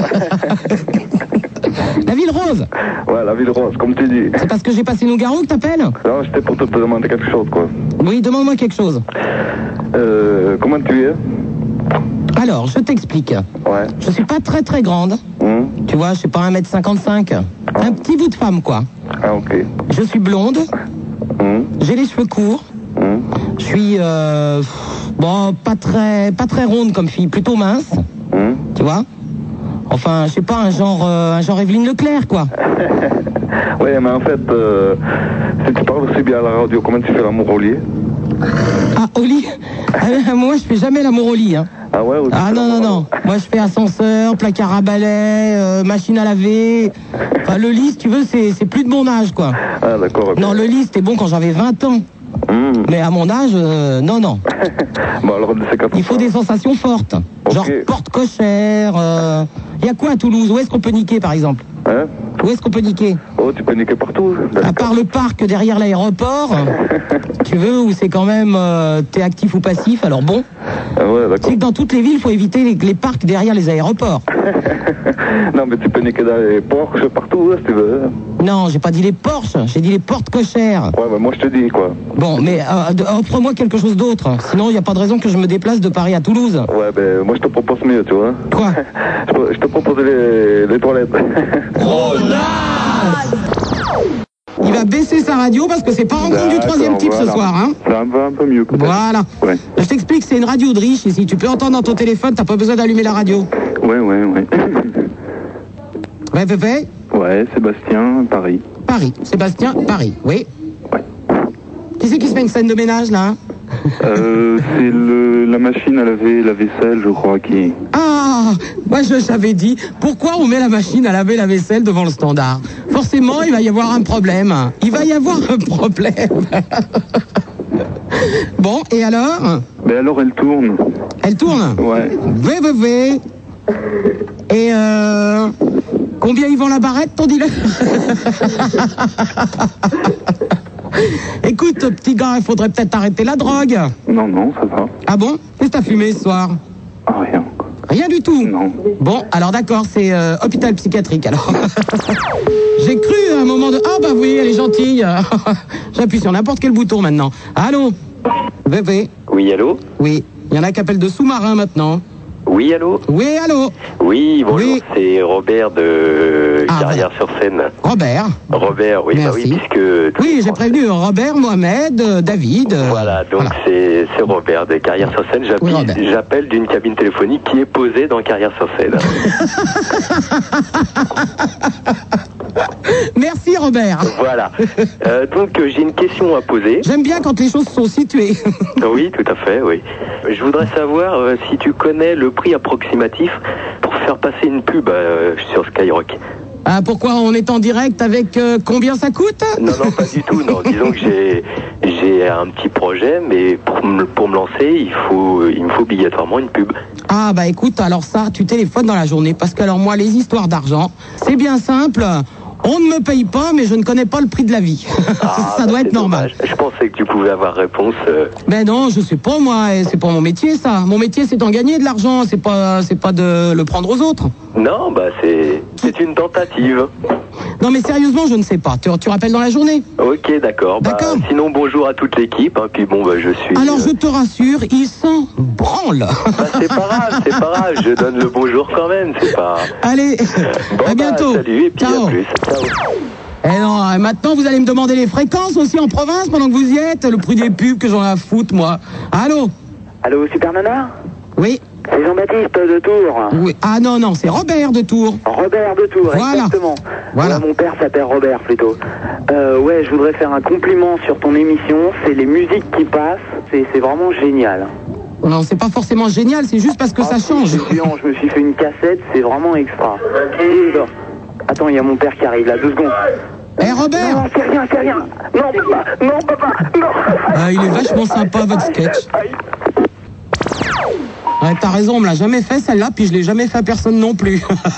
La ville rose? Ouais, la ville rose, comme tu dis. C'est parce que j'ai passé Nougaro que t'appelles? Non, j'étais pour te demander quelque chose, quoi. Oui, demande-moi quelque chose. Comment tu es? Alors, je t'explique. Ouais. Je suis pas très très grande. Tu vois, je suis pas 1m55. Un petit bout de femme, quoi. Ah, ok. Je suis blonde. J'ai les cheveux courts. Je suis, bon, pas très ronde comme fille, plutôt mince. Tu vois? Enfin, je sais pas, un genre Evelyne Leclerc, quoi. Ouais, mais en fait, si tu parles aussi bien à la radio, comment tu fais l'amour au lit? Ah, au lit? Moi, je fais jamais l'amour au lit, hein. Ah ouais? Ah non. Moi, je fais ascenseur, placard à balai, machine à laver. Enfin, le lit, si tu veux, c'est plus de mon âge, quoi. Ah, d'accord. Non, le lit, c'était bon quand j'avais 20 ans. Mais à mon âge, non. Bon, alors, il faut des sensations fortes. Genre porte cochère. Il y a quoi à Toulouse? Où est-ce qu'on peut niquer, par exemple? Hein? Où est-ce qu'on peut niquer? Oh, tu peux niquer partout. À part le parc derrière l'aéroport, tu veux, où c'est quand même, t'es actif ou passif, alors bon. Ah ouais, d'accord. C'est que dans toutes les villes, il faut éviter les parcs derrière les aéroports. Non, mais tu peux niquer dans les Porsche partout, si tu veux. Non, j'ai pas dit les Porsche, j'ai dit les portes cochères. Ouais, bah moi je te dis, quoi. Bon, mais offre-moi quelque chose d'autre. Sinon, il n'y a pas de raison que je me déplace de Paris à Toulouse. Ouais, ben moi je te propose mieux, tu vois. Quoi? Je te propose les toilettes. Oh là! Il va baisser sa radio parce que c'est pas rencontre du troisième type ce soir, hein. Ça va un peu mieux, peut-être. Voilà. Ouais. Je t'explique, c'est une radio de riche ici. Tu peux entendre dans ton téléphone, t'as pas besoin d'allumer la radio. Ouais. Ouais. Ouais, Sébastien, Paris. Paris. Sébastien, Paris. Oui. Ouais. Qui c'est qui se fait une scène de ménage, là? C'est la machine à laver la vaisselle, je crois, qui... Ah, moi je t'avais dit, pourquoi on met la machine à laver la vaisselle devant le standard? Forcément, il va y avoir un problème. Bon, et alors? Ben alors, elle tourne. Elle tourne? Ouais. Oui. Et combien ils vend la barrette, ton dealer? Écoute, petit gars, il faudrait peut-être arrêter la drogue. Non, ça va. Ah bon? Qu'est-ce que t'as fumé ce soir? Ah, rien. Rien du tout? Non. Bon, alors d'accord, c'est hôpital psychiatrique, alors. J'ai cru à un moment de... Ah bah oui, elle est gentille. J'appuie sur n'importe quel bouton maintenant. Allô? VV? Oui, allô? Oui, il y en a qui appellent de sous-marin maintenant. Oui, allô? Oui, allô? Oui, bonjour, oui. C'est Robert de Carrière-sur-Seine. Robert, oui, merci. Bah oui, puisque... Oui, j'ai prévenu Robert, Mohamed, David. Voilà, donc c'est Robert de Carrière-sur-Seine. J'appelle d'une cabine téléphonique qui est posée dans Carrière-sur-Seine. Merci Robert. Voilà. Donc j'ai une question à poser. J'aime bien quand les choses sont situées. Oui, tout à fait, oui. Je voudrais savoir si tu connais le prix approximatif pour faire passer une pub sur Skyrock. Ah, pourquoi on est en direct avec combien ça coûte? Non, pas du tout, non. Disons que j'ai un petit projet, mais pour me lancer, il me faut obligatoirement une pub. Ah bah écoute, alors ça, tu téléphones dans la journée, parce que alors moi, les histoires d'argent, c'est bien simple. On ne me paye pas, mais je ne connais pas le prix de la vie. Ça doit être normal. Je pensais que tu pouvais avoir réponse. Ben non, je sais pas moi, c'est pas mon métier ça. Mon métier c'est d'en gagner de l'argent, c'est pas de le prendre aux autres. Non, bah c'est une tentative. Non mais sérieusement, je ne sais pas. Tu rappelles dans la journée? Ok, d'accord. D'accord. Sinon, bonjour à toute l'équipe. Hein, puis bon, je suis... Alors je te rassure, ils s'en branlent. C'est pas grave. Je donne le bonjour quand même. C'est pas... Allez, à bientôt. Salut et puis ciao. À plus. Ciao. Eh non, maintenant vous allez me demander les fréquences aussi en province pendant que vous y êtes. Le prix des pubs que j'en ai à foutre, moi. Allô? Allô, Super Nana? Oui. C'est Jean-Baptiste de Tours. Oui. Ah non, c'est Robert de Tours. Robert de Tours, voilà. Exactement. Voilà. Mon père s'appelle Robert plutôt. Ouais, je voudrais faire un compliment sur ton émission. C'est les musiques qui passent. C'est vraiment génial. Non, c'est pas forcément génial, c'est juste parce que ça change. Je me suis fait une cassette, c'est vraiment extra. Attends, il y a mon père qui arrive là, 2 secondes. Eh Robert! Non, c'est rien. Non, papa, non. Ah, il est vachement sympa votre sketch. Ouais, t'as raison, on me l'a jamais fait celle-là, puis je l'ai jamais fait à personne non plus.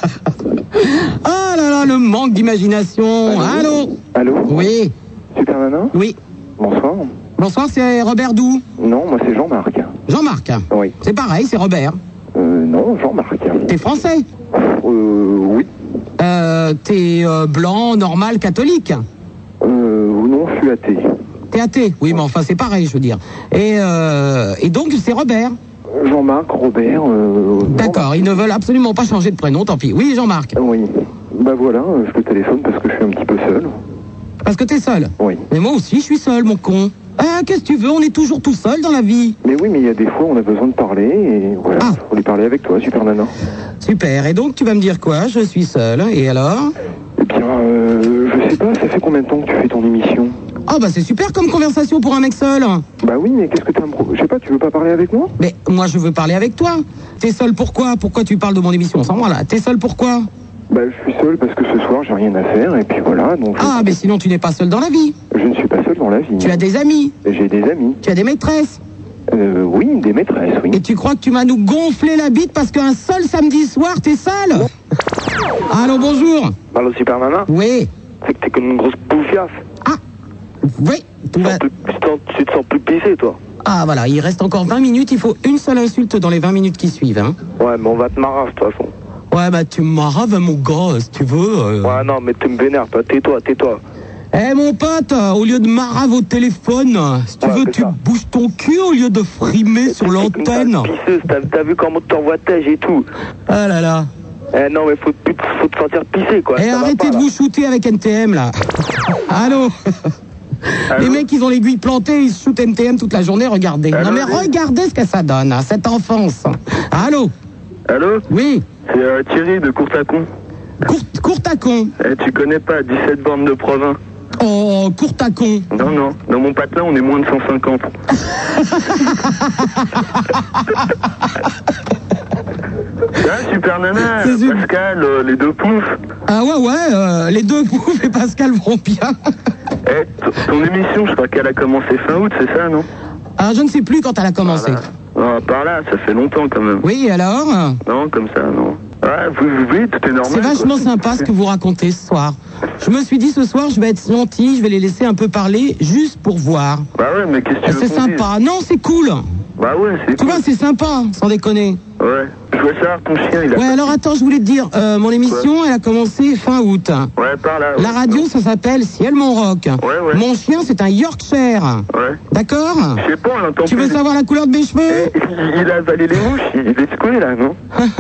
Ah là là, le manque d'imagination. Allô? Oui. Super Nana? Oui. Bonsoir. Bonsoir, c'est Robert d'où? Non, moi c'est Jean-Marc. Jean-Marc? Oui. C'est pareil, c'est Robert. Non, Jean-Marc. T'es français? Oui. T'es blanc, normal, catholique? Non, je suis athée. T'es athée? Oui, mais enfin c'est pareil, je veux dire. Et donc c'est Robert? Jean-Marc, Robert... D'accord, ils ne veulent absolument pas changer de prénom, tant pis. Oui, Jean-Marc? Oui. Bah voilà, je te téléphone parce que je suis un petit peu seul. Parce que t'es seul? Oui. Mais moi aussi, je suis seul, mon con. Ah, qu'est-ce que tu veux? On est toujours tout seul dans la vie. Mais oui, mais il y a des fois, on a besoin de parler et voilà, je voulais parler avec toi, Super Nana. Super, et donc tu vas me dire quoi? Je suis seul, et alors? Eh bien, je sais pas, ça fait combien de temps que tu fais ton émission? Ah bah c'est super comme conversation pour un mec seul. Bah oui, mais qu'est-ce que t'as je sais pas, tu veux pas parler avec moi? Mais moi je veux parler avec toi. T'es seul pourquoi? Pourquoi tu parles de mon émission? Sans moi là. T'es seul pourquoi? Bah je suis seul parce que ce soir j'ai rien à faire et puis voilà donc... Ah mais sinon tu n'es pas seul dans la vie. Je ne suis pas seul dans la vie. Tu as des amis. J'ai des amis. Tu as des maîtresses. Oui, des maîtresses, oui. Et tu crois que tu vas nous gonfler la bite parce qu'un seul samedi soir t'es seul? Allô, bonjour. Allô, Super Nana? Oui. C'est que t'es comme une grosse bouffiasse. Oui, Tu te sens plus pissé, toi. Ah voilà, il reste encore 20 minutes, il faut une seule insulte dans les 20 minutes qui suivent. Hein. Ouais, mais on va te marrer de toute façon. Ouais, bah tu me maraves, mon gars, si tu veux. Ouais, non, mais tu me vénères, toi. Tais-toi. Eh mon pote, au lieu de marave au téléphone, si tu veux, tu bouges ton cul au lieu de frimer sur l'antenne. Pisseuse, t'as vu comment tu t'envoies tège et tout. Ah là là. Eh non, mais faut te sentir pisser, quoi. Eh, arrêtez de vous shooter avec NTM, là. Allô. Les mecs, ils ont l'aiguille plantée, ils se shootent NTM toute la journée, regardez. Allô, non mais regardez ce que ça donne, hein, cette enfance. Allô. Allô. Oui. C'est Thierry de Courtacon. Courtacon. Eh, tu connais pas 17 bornes de province. Oh, Courtacon. Non, dans mon patelin, on est moins de 150. Ah, Super Nana, Pascal, les deux poufs. Ah ouais, les deux poufs et Pascal vont bien. Eh, ton émission, je crois qu'elle a commencé fin août, c'est ça, non? Ah, je ne sais plus quand elle a commencé. Ah, par là, ça fait longtemps quand même. Oui, alors? Non, comme ça, non. Ouais, oui, tout est normal. C'est vachement sympa ce que vous racontez ce soir. Je me suis dit ce soir, je vais être gentil, je vais les laisser un peu parler, juste pour voir. Bah ouais, mais qu'est-ce que tu veux C'est sympa. Non, c'est cool. Bah ouais, c'est cool. Tu vois, c'est sympa, sans déconner. Ouais, je voulais savoir ton chien, il a... Ouais, alors attends, je voulais te dire, mon émission, elle a commencé fin août. Ouais, par là. La radio, ça s'appelle Ciel Mon Rock. Ouais. Mon chien, c'est un Yorkshire. Ouais. D'accord? Je sais pas, on l'entend. Tu veux savoir la couleur de mes cheveux? Il a avalé les mouches, il est secoué là, non?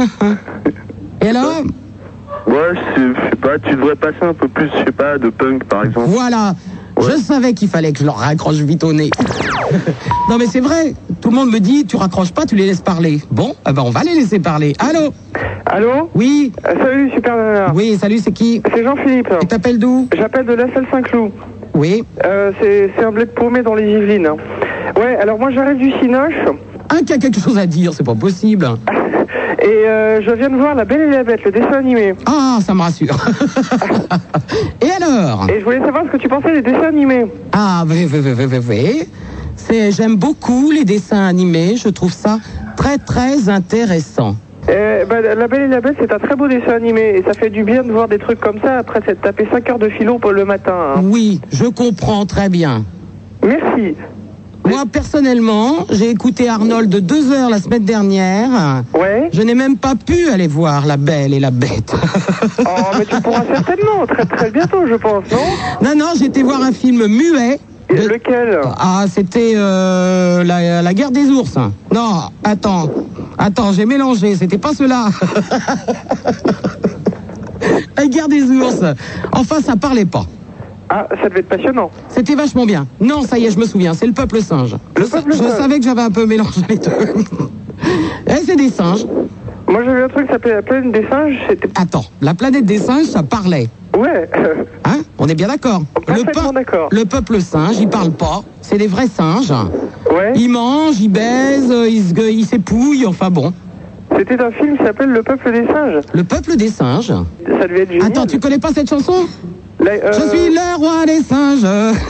Et alors? Ouais, je sais pas, tu devrais passer un peu plus, je sais pas, de punk par exemple. Voilà. Ouais. Je savais qu'il fallait que je leur raccroche vite au nez. Non mais c'est vrai, tout le monde me dit, tu raccroches pas, tu les laisses parler. Bon, eh ben on va les laisser parler. Allô? Allô? Oui. Salut, Super Nana. Oui, salut, c'est qui? C'est Jean-Philippe. Tu t'appelles d'où? J'appelle de la salle Saint-Cloud. Oui. C'est un bled paumé dans les Yvelines. Ouais, alors moi j'arrive du Cinoche. Un qui a quelque chose à dire, c'est pas possible. Et je viens de voir La Belle et la Bête, le dessin animé. Ah, ça me rassure. Et alors? Et je voulais savoir ce que tu pensais des dessins animés. Ah, oui. J'aime beaucoup les dessins animés, je trouve ça très très intéressant. La Belle et la Bête, c'est un très beau dessin animé et ça fait du bien de voir des trucs comme ça après s'être tapé 5 heures de philo pour le matin. Hein. Oui, je comprends très bien. Merci. Moi, personnellement, j'ai écouté Arnold 2 heures la semaine dernière. Ouais. Je n'ai même pas pu aller voir La Belle et la Bête. Oh, mais tu pourras certainement, très très bientôt, je pense, non? Non, j'ai été voir un film muet. Lequel? Ah, c'était la guerre des ours. Non, attends, j'ai mélangé, c'était pas cela. La guerre des ours. Enfin, ça parlait pas. Ah, ça devait être passionnant. C'était vachement bien. Non, ça y est, je me souviens, c'est le peuple singe. Je savais que j'avais un peu mélangé les deux. C'est des singes. Moi, j'avais un truc qui s'appelait la planète des singes. Attends, la planète des singes, ça parlait. Ouais. Hein? On est bien d'accord. D'accord. Le peuple singe, il parle pas. C'est des vrais singes. Ouais. Ils mangent, ils baisent, ils s'épouillent, enfin bon. C'était un film qui s'appelle Le Peuple des Singes. Le Peuple des Singes? Ça devait être génial. Attends, tu connais pas cette chanson? Je suis le roi des singes.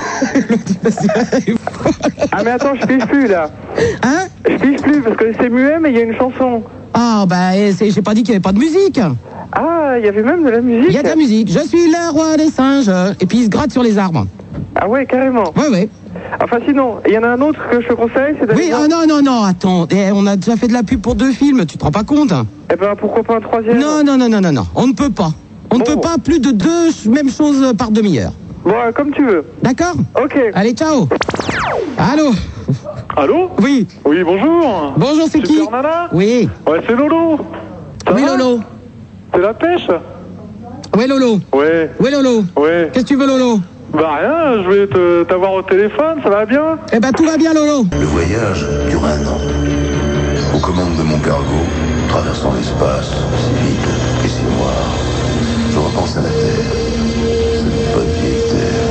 Ah mais attends, je pige plus là. Hein? Je pige plus parce que c'est muet mais il y a une chanson. Ah bah j'ai pas dit qu'il y avait pas de musique. Ah, il y avait même de la musique. Il y a de la musique. Je suis le roi des singes. Et puis il se gratte sur les arbres. Ah ouais, carrément. Ouais. Enfin sinon, il y en a un autre que je te conseille, c'est Oui, non, attends. On a déjà fait de la pub pour 2 films, tu te rends pas compte? Eh ben pourquoi pas un 3e? Non, on ne peut pas. On ne peut pas plus de 2 mêmes choses par demi-heure. Bon, comme tu veux. D'accord? Ok. Allez, ciao. Allô? Allô? Oui. Oui, bonjour. Bonjour, c'est qui? Super Nana? Oui. Ouais, c'est Lolo. Oui, Lolo. C'est la pêche? Ouais, Lolo. Ouais. Ouais, Lolo. Ouais. Qu'est-ce que tu veux, Lolo? Bah rien, je vais t'avoir au téléphone, ça va bien? Eh ben tout va bien, Lolo. Le voyage dure 1 an. Aux commandes de mon cargo, traversant l'espace, si vide et si noir, je repense à la Terre, cette bonne vieille Terre.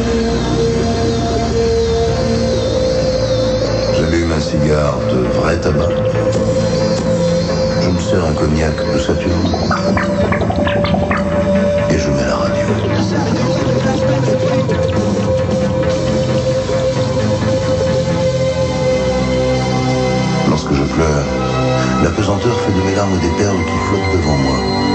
J'allume un cigare de vrai tabac. Je me sers un cognac de Saturne. Et je mets la radio. Lorsque je pleure, la pesanteur fait de mes larmes des perles qui flottent devant moi.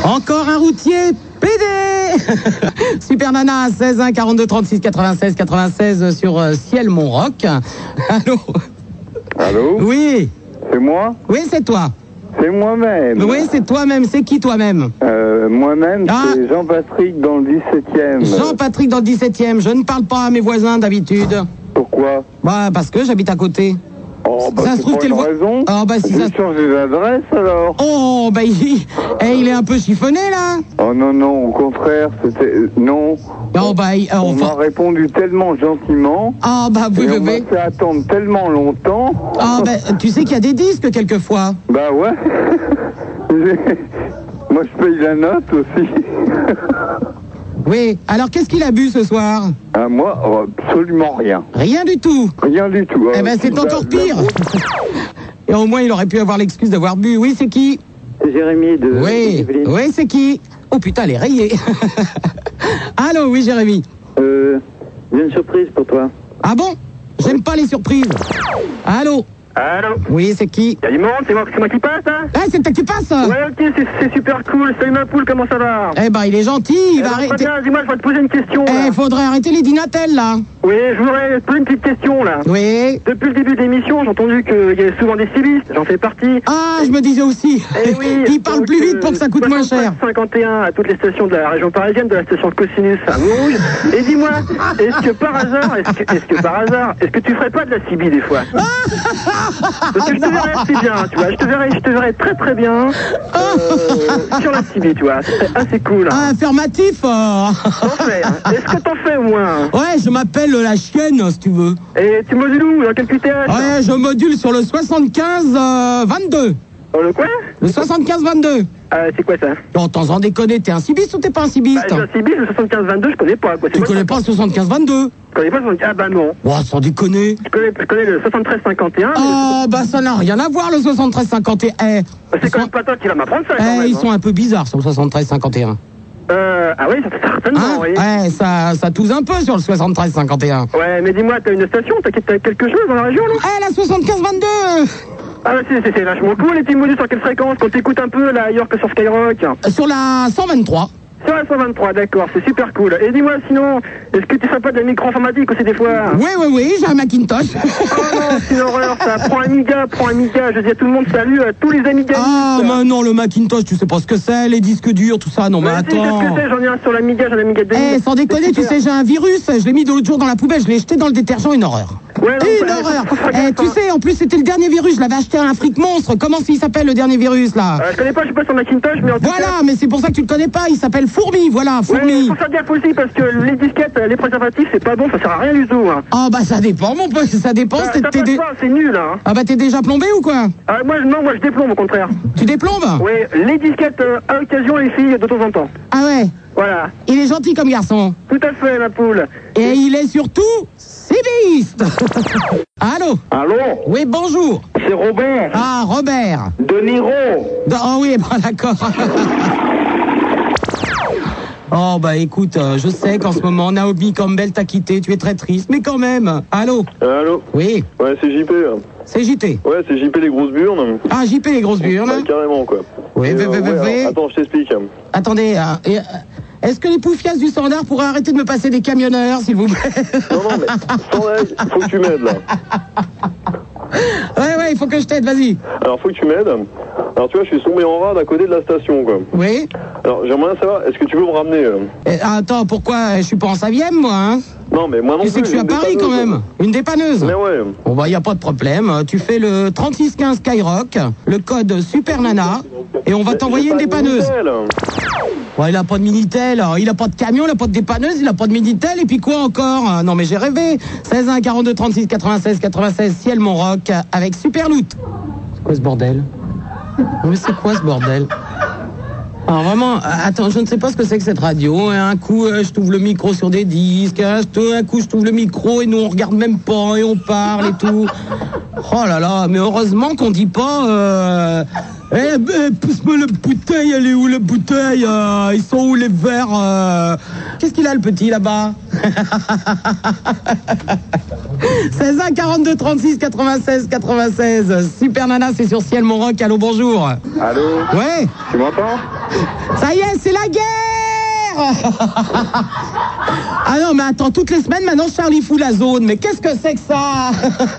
Encore un routier PD. Super Nana, 16 1 42 36 96 96 sur Ciel Montroc. Allô? Allô? Oui. C'est moi? Oui, c'est toi. C'est moi-même. Oui, c'est toi-même. C'est qui toi-même? Moi-même, c'est Jean-Patrick dans le 17e. Jean-Patrick dans le 17e. Je ne parle pas à mes voisins d'habitude. Pourquoi? Bah, parce que j'habite à côté. Oh, bah, ça se trouve une raison. Oh, bah, si je ça vais changer d'adresse alors. Oh, bah, il est un peu chiffonné là. Oh non, non, au contraire, c'était. Non. Oh, bah, on m'a répondu tellement gentiment. Ah, bah, vous on m'a fait attendre tellement longtemps. Ah, bah, tu sais qu'il y a des disques quelquefois. Bah, ouais. Moi, je paye la note aussi. Oui, alors qu'est-ce qu'il a bu ce soir? Moi, absolument rien. Rien du tout? Rien du tout. Eh ben, c'est encore pire. Et au moins, il aurait pu avoir l'excuse d'avoir bu. Oui, c'est qui? C'est Jérémy de... Oui, oui, c'est qui? Oh putain, elle est rayée. Allô, oui, Jérémy. J'ai une surprise pour toi. Ah bon? J'aime pas les surprises. Allô? Allô? Oui, c'est qui? Y'a du monde, c'est moi qui passe, hein? Ah, c'est toi qui passe? Ouais, ok, c'est super cool. Salut ma poule, comment ça va? Eh ben, il est gentil, il va arrêter. Bien, dis-moi, je vais te poser une question. Faudrait arrêter les dinatelles, là. Oui, je voudrais te poser une petite question, là. Oui. Depuis le début de l'émission, j'ai entendu qu'il y avait souvent des stylistes, j'en fais partie. Ah, je me disais aussi. Eh oui, il parle plus vite pour que ça coûte moins cher. 51 à toutes les stations de la région parisienne, de la station Cosinus à Montrouge. Et dis-moi, est-ce que par hasard, est-ce que tu ferais pas de la CB des fois? Parce que je te verrais assez bien, tu vois, je te verrais très très bien sur la CB, tu vois, c'est assez cool. Hein. Ah, affirmatif. T'en fais, hein. Est-ce que t'en fais au moins? Ouais, je m'appelle la chienne, si tu veux. Et tu modules où? Dans quel QTH? Ouais, je module sur le 75-22. Oh, le quoi? Le 75-22. C'est quoi ça? Oh, t'en déconner, t'es un cibiste ou t'es pas un cibiste? Bah, un cibiste, le 75-22, je connais pas. Quoi. Tu connais pas le 75-22? Je connais pas le 75-22. Ah bah non. Oh, sans déconner. Je connais le 73-51. Oh, bah ça n'a rien à voir le 73-51. Eh, c'est quand même pas toi qui va m'apprendre ça. Quand même, ils sont un peu bizarres sur le 73-51. Ah oui, certainement, oui. Ouais, ça tousse un peu sur le 73-51. Ouais, mais dis-moi, t'as une station, t'as quelque chose dans la région, là? Eh, la 75-22. Ah bah c'est vachement cool, les petits modules sur quelle fréquence? Qu'on t'écoute un peu, là, ailleurs que sur Skyrock? Sur la 123. Sur la 123, d'accord, c'est super cool. Et dis-moi, sinon, est-ce que tu fais pas de la micro-informatique aussi des fois? Oui, j'ai un Macintosh. Oh non, c'est une horreur, ça. Prends Amiga. Je dis à tout le monde salut, à tous les Amiga. Ah, mais non, le Macintosh, tu sais pas ce que c'est, les disques durs, tout ça, non, mais attends. Qu'est-ce que c'est? J'en ai un sur l'Amiga, j'en ai un Amiga 2000. Eh, sans déconner, tu sais, j'ai un virus, je l'ai mis de l'autre jour dans la poubelle, je l'ai jeté dans le détergent, une horreur. Ouais, non, une horreur. Tu sais, en plus, c'était le dernier virus, je l'avais acheté à un fric monstre. Comment il s'appelle le dernier virus, là? Je connais pas, je suis pas sur Macintosh, mais en tout cas... Voilà, mais c'est pour ça que tu le connais pas, il s'appelle Fourmi, voilà, Fourmi. Ouais, faut faire gaffe aussi, parce que les disquettes, les préservatifs, c'est pas bon, ça sert à rien du tout. Hein. Ah bah ça dépend, mon pote, ça dépend. C'est nul, hein. Ah bah t'es déjà plombé ou quoi? Moi je déplombe au contraire. Tu déplombes? Oui, les disquettes à occasion, les filles, de temps en temps. Ah ouais? Voilà. Il est gentil comme garçon. Tout à fait, ma poule. Et il est surtout cibiste. Allô? Allô? Oui, bonjour. C'est Robert. Ah, Robert. De Niro. Oh oui, bah d'accord. Oh bah écoute, je sais qu'en ce moment, Naomi Campbell t'a quitté, tu es très triste, mais quand même. Allô? Allô? Oui. Ouais, c'est JP. C'est JT. Ouais, c'est JP les grosses burnes. Ah, JP les grosses burnes. Ouais, carrément, quoi. Oui, attends, je t'explique. Attendez, est-ce que les poufias du standard pourraient arrêter de me passer des camionneurs, s'il vous plaît? Non, mais faut que tu m'aides, là. Ouais, il faut que je t'aide, vas-y. Alors, faut que tu m'aides. Alors, tu vois, je suis tombé en rade à côté de la station, quoi. Oui. Alors, j'aimerais savoir, est-ce que tu veux me ramener Attends, pourquoi? Je suis pas en 5e, moi, hein. Non, mais moi non plus. Tu sais que je suis à Paris, quand même. Une dépanneuse. Mais ouais. Bon, bah, y a pas de problème. Tu fais le 3615 Skyrock, le code Super Nana, et on va t'envoyer une dépanneuse. Ouais, il a pas de Minitel, il a pas de camion, il a pas de dépanneuse, il a pas de Minitel, et puis quoi encore? Non mais j'ai rêvé. 16 1 42 36 96 96 Ciel Montroc avec Super Loot. C'est quoi ce bordel? Mais c'est quoi ce bordel? Alors vraiment, attends, je ne sais pas ce que c'est que cette radio. Un coup, je t'ouvre le micro sur des disques, un coup, je t'ouvre le micro et nous on regarde même pas et on parle et tout. Oh là là, mais heureusement qu'on dit pas... pousse-moi la bouteille, elle est où la bouteille? Ils sont où les verres? Qu'est-ce qu'il a le petit là-bas? 16 1 42 36 96 96 Super Nana, c'est sur Ciel Montroc. Allô, bonjour. Allô? Ouais. Tu m'entends? Ça y est, c'est la guerre. Ah non, mais attends, toutes les semaines, maintenant, Charlie fout la zone. Mais qu'est-ce que c'est que ça?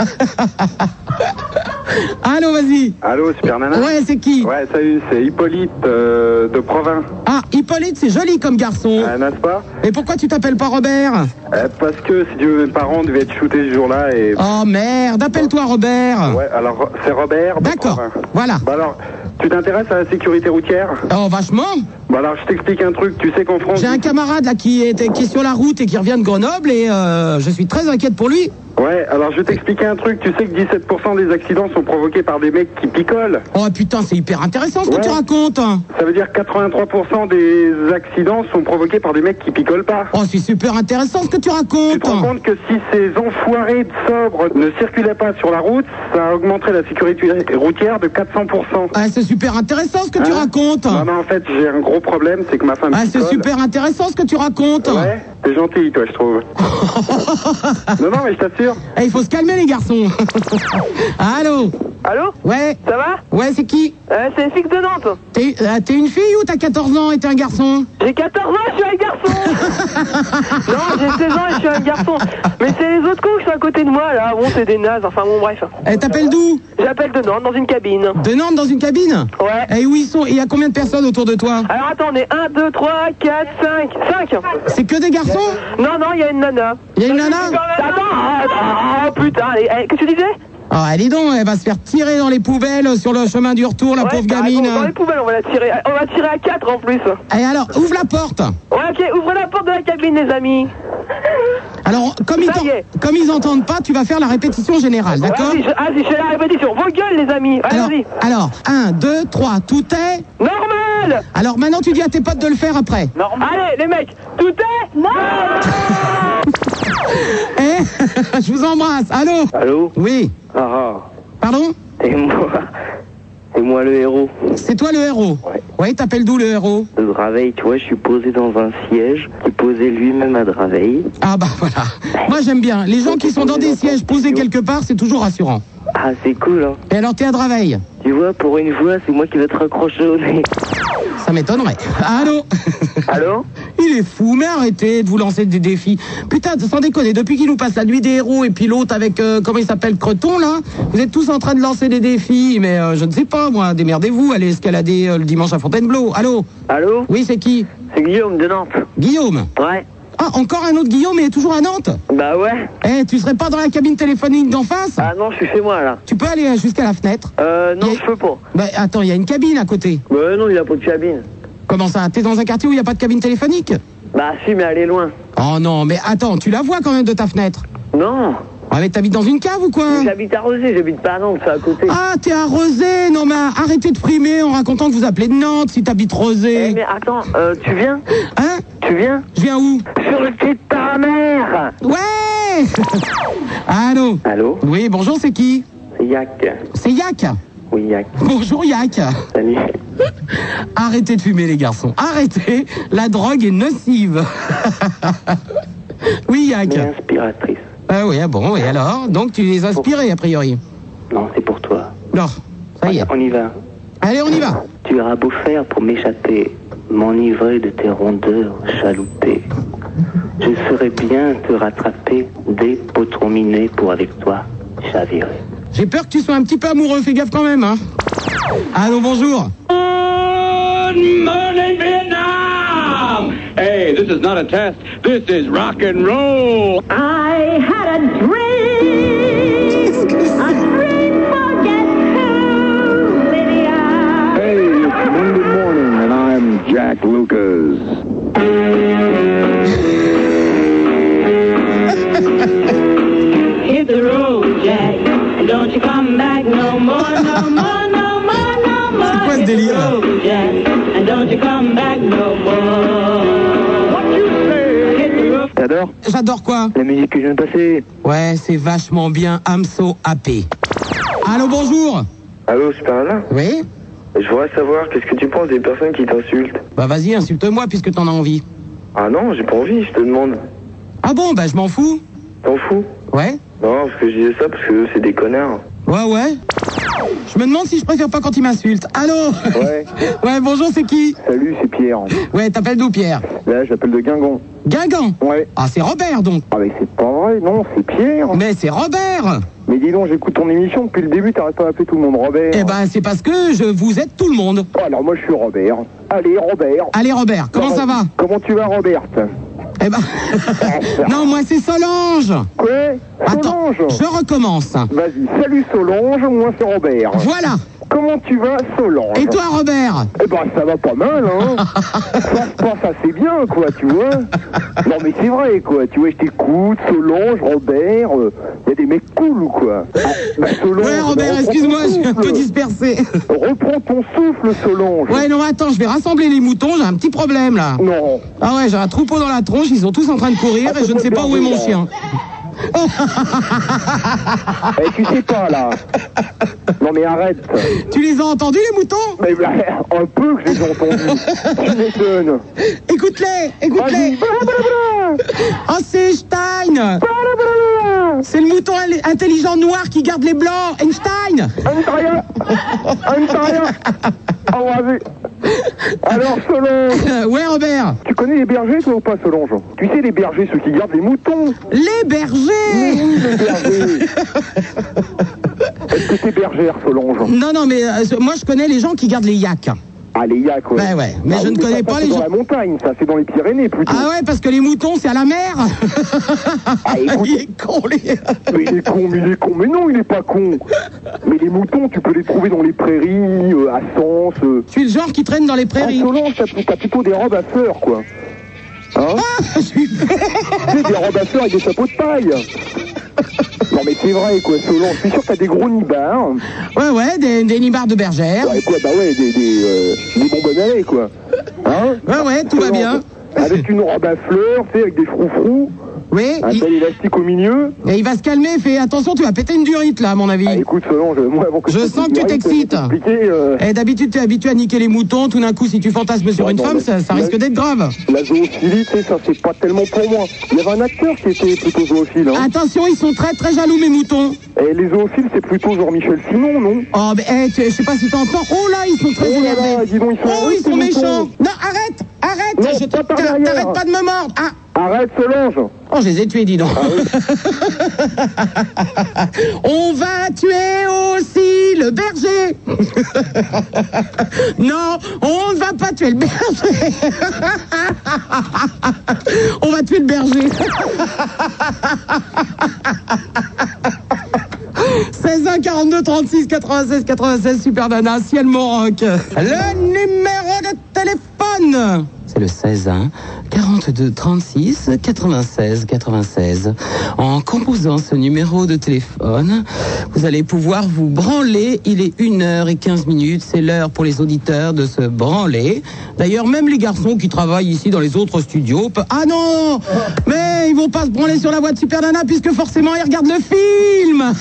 Allô, vas-y. Allô, Super Nana? Ouais, c'est qui? Ouais, salut, c'est Hippolyte de Provins. Ah, Hippolyte, c'est joli comme garçon. N'est-ce pas? Et pourquoi tu t'appelles pas Robert? Parce que, si tu veux, mes parents devaient être shootés ce jour-là et... Oh merde, appelle-toi Robert. Ouais, alors, c'est Robert de D'accord, Provins. voilà. Bah alors, tu t'intéresses à la sécurité routière? Oh, vachement. Bah alors, je t'explique un truc, tu sais qu'en France... J'ai un camarade là qui est sur la route et qui revient de Grenoble et je suis très inquiète pour lui. Ouais, alors je vais t'expliquer un truc, tu sais que 17% des accidents sont provoqués par des mecs qui picolent. Oh putain, c'est hyper intéressant ce que tu racontes. Ça veut dire 83% des accidents sont provoqués par des mecs qui picolent pas. Oh, c'est super intéressant ce que tu racontes. Tu te rends compte que si ces enfoirés de sobres ne circulaient pas sur la route, ça augmenterait la sécurité routière de 400%. Ah, c'est super intéressant ce que tu racontes. Non, mais en fait, j'ai un gros problème, c'est que ma femme picole. C'est super intéressant ce que tu racontes. Ouais, t'es gentil, toi, je trouve. Non, mais je t'assure. Eh, il faut se calmer, les garçons. Allô? Allô? Ouais. Ça va? Ouais, c'est qui? C'est Fix de Nantes. T'es une fille ou t'as 14 ans et t'es un garçon? J'ai 14 ans et je suis un garçon. Non, j'ai 16 ans et je suis un garçon. Mais c'est les autres cons qui sont à côté de moi, là. Bon, c'est des nazes, enfin bon, bref. Eh, t'appelles d'où? J'appelle de Nantes, dans une cabine. De Nantes, dans une cabine? Ouais. Et où ils sont? Il y a combien de personnes autour de toi? Alors attendez, 1, 2, 3, 4, 5. 5. C'est que des garçons? Non, il y a une nana. Il y a une nana? Attends, putain, qu'est-ce que tu disais? Ah, elle est donc, elle va se faire tirer dans les poubelles sur le chemin du retour, la pauvre gamine. Dans les poubelles, on va la tirer. On va tirer à 4 en plus. Et alors, ouvre la porte. Ouais, ok, ouvrez la porte de la cabine, les amis. Alors, comme ils entendent pas, tu vas faire la répétition générale, d'accord? Vas-y, je fais la répétition. Vos gueules, les amis. Allez-y. Alors, 1, 2, 3, tout est... normal. Alors, maintenant, tu dis à tes potes de le faire après. Normal. Allez, les mecs, tout est normal. Eh, je vous embrasse. Allô? Allô? Oui. Pardon? C'est moi le héros. C'est toi le héros? Ouais, t'appelles d'où le héros? De Draveil, tu vois, je suis posé dans un siège qui posait lui-même à Draveil. Ah bah voilà. Moi j'aime bien. Les gens qui sont dans des sièges posés quelque part, c'est toujours rassurant. Ah, c'est cool, hein. Et alors t'es à Draveil? Tu vois, pour une fois, c'est moi qui vais te raccrocher au nez. Ça m'étonnerait. Allô? Allô? Il est fou, mais arrêtez de vous lancer des défis. Putain, sans déconner, depuis qu'il nous passe la nuit des héros et puis l'autre avec, comment il s'appelle, Creton, là, vous êtes tous en train de lancer des défis, mais je ne sais pas, moi, démerdez-vous, allez escalader le dimanche à Fontainebleau. Allô? Allô? Oui, c'est qui? C'est Guillaume de Nantes. Guillaume? Ouais. Ah, encore un autre Guillaume, mais toujours à Nantes? Bah ouais. Eh, tu serais pas dans la cabine téléphonique d'en face? Ah non, je suis chez moi, là. Tu peux aller jusqu'à la fenêtre? Non, je peux pas. Bah attends, il y a une cabine à côté. Bah non, il a pas de cabine. Comment ça? T'es dans un quartier où il n'y a pas de cabine téléphonique? Bah si, mais elle est loin. Oh non, mais attends, tu la vois quand même de ta fenêtre? Non. Ah mais t'habites dans une cave ou quoi? J'habite à Rezé, j'habite pas à Nantes, c'est à côté. Ah, t'es à Rezé? Non mais arrêtez de frimer en racontant que vous appelez de Nantes si t'habites Rezé. Eh mais attends, tu viens? Hein? Tu viens? Je viens où? Sur le pied de ta mère. Ouais. Allô? Allô? Oui, bonjour, c'est qui? C'est Yak. C'est Yak? Oui, Yak. Bonjour Yak. Salut. Arrêtez de fumer les garçons, arrêtez, la drogue est nocive. Oui Yak. Mais inspiratrice. Ah oui, bon, et alors? Donc tu les inspirais a priori? Non, c'est pour toi. Non, ça y est. On y va. Allez, on y va. Tu auras beau faire pour m'échapper, m'enivrer de tes rondeurs chaloupées. Je saurais bien te rattraper, dépotron-miné pour avec toi chavirer. J'ai peur que tu sois un petit peu amoureux, fais gaffe quand même, hein. Allô, bonjour. Good morning, Vietnam! Hey, this is not a test. This is rock and roll. I had a dream. A dream forget who, Lydia. Hey, it's Monday morning and I'm Jack Lucas. Hit the road, Jack. Don't you come back no more, no more, no more, no more. C'est quoi ce délire là? And don't you come back no more. What you say? Hit the road. T'adores? J'adore quoi? La musique que je viens de passer. Ouais, c'est vachement bien, I'm so happy. Allô, bonjour. Allô, Super Nana? Oui? Je voudrais savoir, qu'est-ce que tu penses des personnes qui t'insultent? Bah vas-y, insulte-moi puisque t'en as envie. Ah non, j'ai pas envie, je te demande. Ah bon, bah je m'en fous. T'en fous? Ouais? Non, parce que je disais ça parce que c'est des connards. Ouais, ouais. Je me demande si je préfère pas quand il m'insulte. Allô? Ouais. Ouais, bonjour, c'est qui? Salut, c'est Pierre. Ouais, t'appelles d'où, Pierre? Là, j'appelle de Guingamp. Guingamp? Ouais. Ah, c'est Robert, donc. Ah, mais c'est pas vrai, non, c'est Pierre. Mais c'est Robert. Mais dis donc, j'écoute ton émission depuis le début, t'arrêtes pas d'appeler tout le monde Robert. Eh ben, c'est parce que vous êtes tout le monde. Oh, alors moi, je suis Robert. Allez, Robert. Allez, Robert, comment ça va? Comment tu vas, Robert? Eh ben... non, moi, c'est Solange. Quoi? Attends, Solange? je recommence. Vas-y, salut Solange, moi c'est Robert. Voilà. Comment tu vas, Solange? Et toi, Robert? Eh ben, ça va pas mal, hein. Ça se passe assez bien, quoi, tu vois. Non, mais c'est vrai, quoi. Tu vois, je t'écoute, Solange, Robert. Y a des mecs cool, quoi. Bah, Solange, ouais, Robert, excuse-moi, je suis un peu dispersé. Reprends ton souffle, Solange. Ouais, non, attends, je vais rassembler les moutons, j'ai un petit problème, là. Non. Ah ouais, j'ai un troupeau dans la tronche, ils sont tous en train de courir et je ne sais pas où est mon chien. Eh, tu sais pas, là. Non, mais arrête. Tu les as entendus, les moutons? Mais un peu que je les ai entendus. Tu m'étonnes. Écoute-les, écoute-les. Oh, c'est Einstein. C'est le mouton intelligent noir qui garde les blancs. Einstein. Einstein. Oh, vas-y. Alors, Solange. Ouais, Robert. Tu connais les bergers, toi, ou pas, Solange? Tu sais, les bergers, ceux qui gardent les moutons. Les bergers. Oui, les bergers. Est-ce que t'es bergère, Solange? Non, mais moi, je connais les gens qui gardent les yaks. Ah, les yaks, ouais. Ouais, mais je ne connais pas les gens. C'est dans la montagne, ça, c'est dans les Pyrénées, plutôt. Ah ouais, parce que les moutons, c'est à la mer. Ah, écoute. Il est con, Mais il est con. Mais non, il est pas con. Mais les moutons, tu peux les trouver dans les prairies, à Sens. Je suis le genre qui traîne dans les prairies. Ah, Solange, t'as plutôt des robes à fleurs, quoi. Hein? Je suis... Tu sais, des robes à fleurs avec des chapeaux de paille. Non, mais c'est vrai, quoi, Solange. Je suis sûr que t'as des gros nibards. Ouais, des nibards de bergère. Ouais, quoi, bah ouais, des bonbonnes à lait, quoi. Hein? Ouais, tout va bien. Avec une robe à fleurs, tu sais, avec des froufrous. Oui. Un bel élastique au milieu. Et il va se calmer, fais attention, tu vas péter une durite, là, à mon avis. Ah, écoute, Solange, moi, avant que je sens que tu t'excites. Et d'habitude, tu es habitué à niquer les moutons. Tout d'un coup, si tu fantasmes sur une femme, ça risque d'être grave. La zoophilie, tu sais, ça, c'est pas tellement pour moi. Il y avait un acteur qui était plutôt zoophile. Hein. Attention, ils sont très, très jaloux, mes moutons. Et les zoophiles, c'est plutôt genre Michel Simon, non? Oh, mais je sais pas si t'entends. Oh là, ils sont très énervés. Dis donc, ils sont méchants. Non, arrête. Non, t'arrêtes pas de me mordre. Ah. Arrête, Solange. Oh, je les ai tués, dis donc. Ah, oui. On va tuer aussi le berger. Non, on ne va pas tuer le berger. On va tuer le berger. 16 1 42 36 96 96 Super Nana, Ciel Monroc. Le numéro de téléphone, c'est le 16 1 42 36 96 96. En composant ce numéro de téléphone, vous allez pouvoir vous branler. Il est 1h15. C'est l'heure pour les auditeurs de se branler. D'ailleurs, même les garçons qui travaillent ici dans les autres studios. Ah non, mais ils vont pas se branler sur la voie de Super Nana puisque forcément ils regardent le film.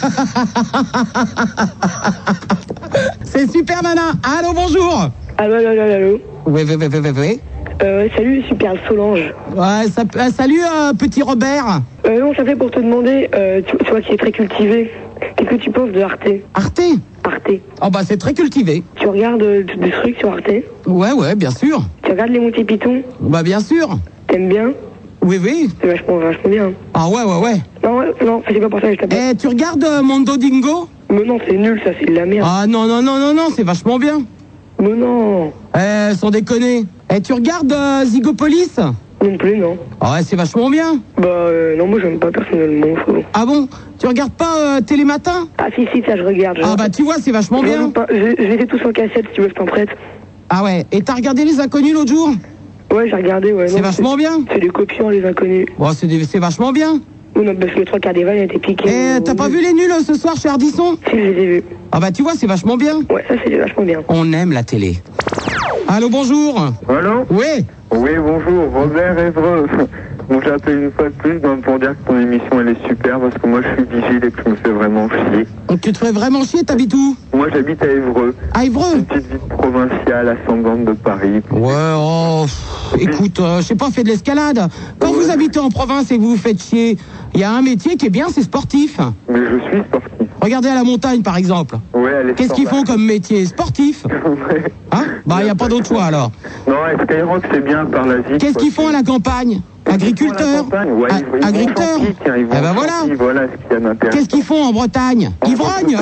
C'est Super Nana. Allô, bonjour. Allô. Oui. Salut, Super Solange. Ouais, salut, petit Robert. Non, ça fait pour te demander, tu vois qui est très cultivé. Qu'est-ce que tu penses de Arte? Arte? Oh bah c'est très cultivé. Tu regardes des trucs sur Arte? Ouais, bien sûr. Tu regardes les Monty Python? Bah bien sûr. T'aimes bien? Oui. C'est vachement bien. Ah ouais. Non, c'est pas pour ça que je t'appelle. Eh, tu regardes Mondo Dingo? Mais non, c'est nul, ça, c'est de la merde. Ah non, c'est vachement bien. Mais non. Sans déconner. Eh, tu regardes Zigopolis? Non plus, non. Ah ouais, c'est vachement bien. Bah non, moi j'aime pas personnellement. Ah bon? Tu regardes pas Télématin? Ah si, ça je regarde. Ah bah tu vois, c'est vachement bien. Je les ai tous en cassette, si tu veux, je t'en prête. Ah ouais, et t'as regardé Les Inconnus l'autre jour? Ouais, j'ai regardé, ouais. C'est vachement bien. C'est des copiants, Les Inconnus. Bon, c'est vachement bien. Oui, non, parce que les 3/4 des vannes étaient piquées. Et t'as pas vu les nuls ce soir chez Ardisson? Si, je les ai vus. Ah bah tu vois, c'est vachement bien. Ouais, ça c'est vachement bien. On aime la télé. Allô, bonjour. Allô? Oui. Oui, bonjour, Robert Évreux. Bon, j'appelle une fois de plus pour dire que ton émission elle est super parce que moi je suis vigile et que je me fais vraiment chier. Donc tu te fais vraiment chier, t'habites où? Moi j'habite à Évreux. À Évreux? Une petite ville provinciale ascendante de Paris. Ouais, écoute, je sais pas, fais de l'escalade. Quand vous habitez en province et que vous vous faites chier, il y a un métier qui est bien, c'est sportif. Mais je suis sportif. Regardez à la montagne par exemple. Oui, elle est Qu'est-ce qu'ils font comme métier? Sportif? Hein? Bah, il n'y a pas d'autre choix alors. Non, Skyrock, c'est bien par la vie. Qu'est-ce qu'ils font à la campagne? Agriculteurs? Agriculteurs? Eh ben voilà. Voilà ce qu'il y a d'intéressant. Qu'est-ce qu'ils font en Bretagne? Ivrognes.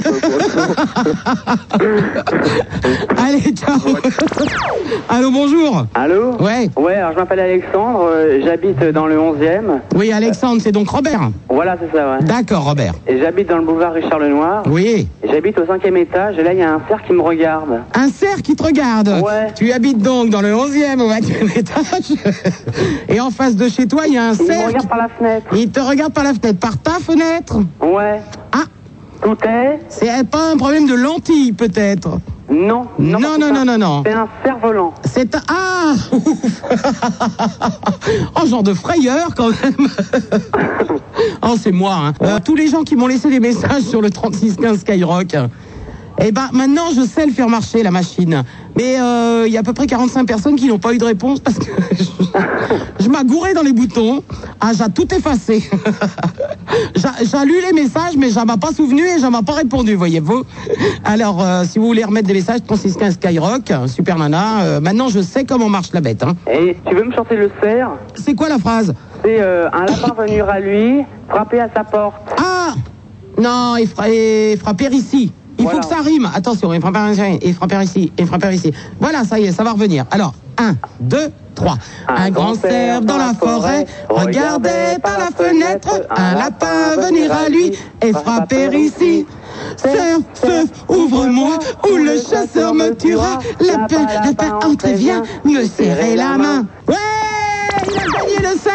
Allez, ciao. Allô, bonjour. Allô? Ouais. Ouais, alors je m'appelle Alexandre, j'habite dans le 11e. Oui, Alexandre, c'est donc Robert. Voilà, c'est ça, ouais. D'accord, Robert. Et j'habite dans le boulevard Richard Lenoir. Oui. Et j'habite au 5e étage, et là, il y a un cerf qui me regarde. Un cerf qui te regarde? Ouais. Tu habites donc dans le 11e au 20e étage. Et en face de chez toi, il y a un cerf. Il me regarde par la fenêtre. Il te regarde par la fenêtre. Par ta fenêtre? Ouais. Ah. Tout est? C'est pas un problème de lentilles, peut-être? Non. Non. C'est un cerf-volant. C'est un... Ah. Oh, genre de frayeur, quand même. Oh, c'est moi, hein. Tous les gens qui m'ont laissé des messages sur le 3615 Skyrock... Eh ben, maintenant, je sais le faire marcher, la machine. Mais il y a à peu près 45 personnes qui n'ont pas eu de réponse parce que je m'agourais dans les boutons. Ah, j'ai tout effacé. J'ai lu les messages, mais je ne m'a pas souvenu et je ne m'a pas répondu, voyez-vous. Alors, si vous voulez remettre des messages, 3615 Skyrock, Super Nana, maintenant, je sais comment marche la bête. Hein. Et tu veux me chanter le cerf? C'est quoi la phrase? C'est un lapin venir à lui, frapper à sa porte. Ah. Non, il frapper ici. Il faut que ça rime. Attention, il frapper ici, il frapper ici. Voilà, ça y est, ça va revenir. Alors, 1, 2, 3. Un grand cerf dans la forêt regardait par la fenêtre un lapin venir à lui et frapper ici. Cerf, ouvre-moi ou le chasseur me tuera. Lapin, entrez, viens me serrer la main. Ouais, il a gagné le cerf.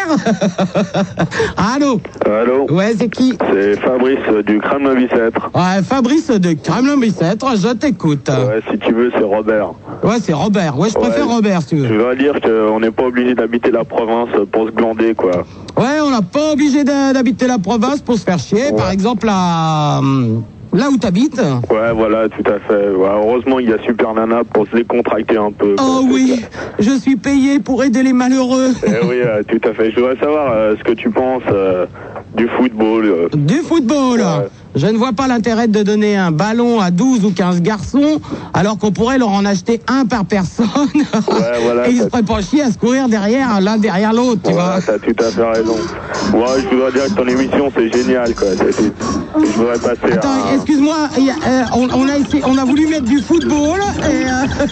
Allô? Allô? Ouais, c'est qui? C'est Fabrice du Kremlin-Bicêtre. Ouais, Fabrice de Kremlin-Bicêtre, je t'écoute. Ouais, si tu veux, c'est Robert. Ouais, c'est Robert. Ouais, je préfère Robert, si tu veux. Je voudrais dire qu'on n'est pas obligé d'habiter la province pour se glander, quoi. Ouais, on n'a pas obligé d'habiter la province pour se faire chier. Ouais. Par exemple, là où t'habites. Ouais, voilà, tout à fait. Ouais, heureusement, il y a Super Nana pour se décontracter un peu. Oh oui, je suis payé pour aider les malheureux. Eh oui, tout à fait. Je voudrais savoir ce que tu penses du football. Du football ouais. Je ne vois pas l'intérêt de donner un ballon à 12 ou 15 garçons, alors qu'on pourrait leur en acheter un par personne. Ouais, voilà. Et ils se feraient pas chier à se courir derrière, l'un derrière l'autre, tu vois. T'as tout à fait raison. Ouais, je voudrais dire que ton émission, c'est génial, quoi. Je voudrais passer Attends, excuse-moi, on a voulu mettre du football, et...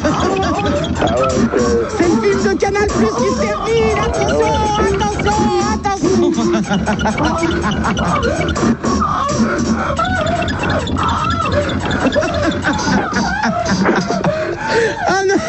c'est le film de Canal Plus qui se termine. Attention. Ah non.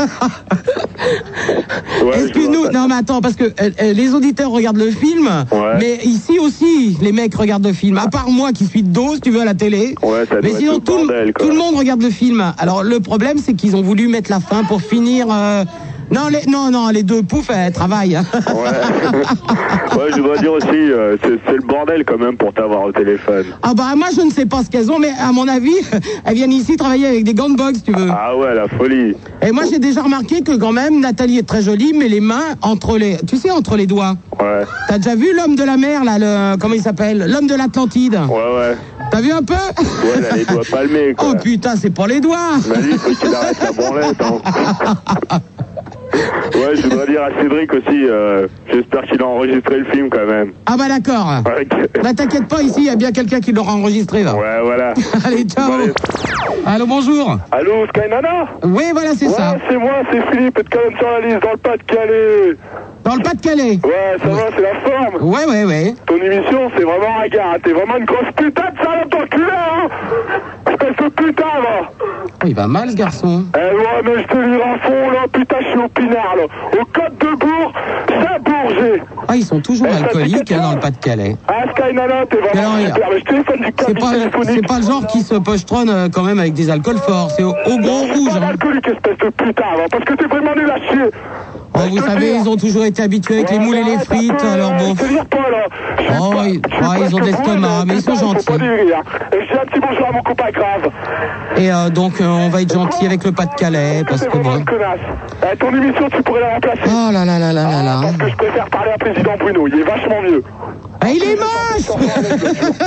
Ouais, excuse-nous, non mais attends, parce que les auditeurs regardent le film, mais ici aussi, les mecs regardent le film. À part moi qui suis de dos, si tu veux, à la télé. Ouais, ça mais sinon, tout le monde regarde le film. Alors, le problème, c'est qu'ils ont voulu mettre la fin pour finir... Non, les deux poufs, elles travaillent. Ouais, je dois dire aussi, c'est le bordel quand même pour t'avoir au téléphone. Ah bah moi je ne sais pas ce qu'elles ont, mais à mon avis, elles viennent ici travailler avec des gants de boxe, tu veux. Ah ouais, la folie. Et moi j'ai déjà remarqué que quand même, Nathalie est très jolie, mais les mains entre les doigts. Ouais. T'as déjà vu l'homme de la mer, là, comment il s'appelle? L'homme de l'Atlantide. Ouais. T'as vu un peu? Ouais, là, les doigts palmés, quoi. Oh putain, c'est pas les doigts. Mais lui, il faut qu'il arrête la branlette, hein. Ouais, je voudrais dire à Cédric aussi, j'espère qu'il a enregistré le film quand même. Ah bah d'accord. Ouais. Bah t'inquiète pas, ici il y a bien quelqu'un qui l'aura enregistré là. Ouais, voilà. Allez, ciao. Allez. Allô, bonjour. Allô, Sky Nana? Oui, voilà, c'est ça. Ouais, c'est moi, c'est Philippe, et de Calonne sur la liste, dans le Pas-de-Calais. Dans le Pas-de-Calais? Ouais, ça va, c'est la forme. Ouais. Ton émission, c'est vraiment un gars, t'es vraiment une grosse putain de salope d'enculé, hein. Espèce de putain, va. Oh, il va mal, ce garçon. Ouais, mais je te livre à fond, là, putain, je suis au Pinard, là. Au Côte de Bourg, Saint-Bourget. Ah, ils sont toujours alcooliques dans le Pas-de-Calais. Ah, Sky Nana, t'es vraiment super, mais je téléphone du c'est pas le genre qui se pochetronne quand même avec des alcools forts, c'est au gros rouge. C'est pas alcoolique, espèce de putain, va, parce que t'es vraiment nul à chier. Oh, vous savez, ils ont toujours été habitués avec les moules et les frites, alors bon. Oh, ils ont de l'estomac, mais ils sont gentils. Et je dis un petit bonjour à mon copain grave. Et donc, on va être gentil avec le Pas-de-Calais, parce que bon... Ton émission, tu pourrais la remplacer. Oh là là. Parce que je préfère parler à président Bruno, il est vachement mieux. Ah, il est moche.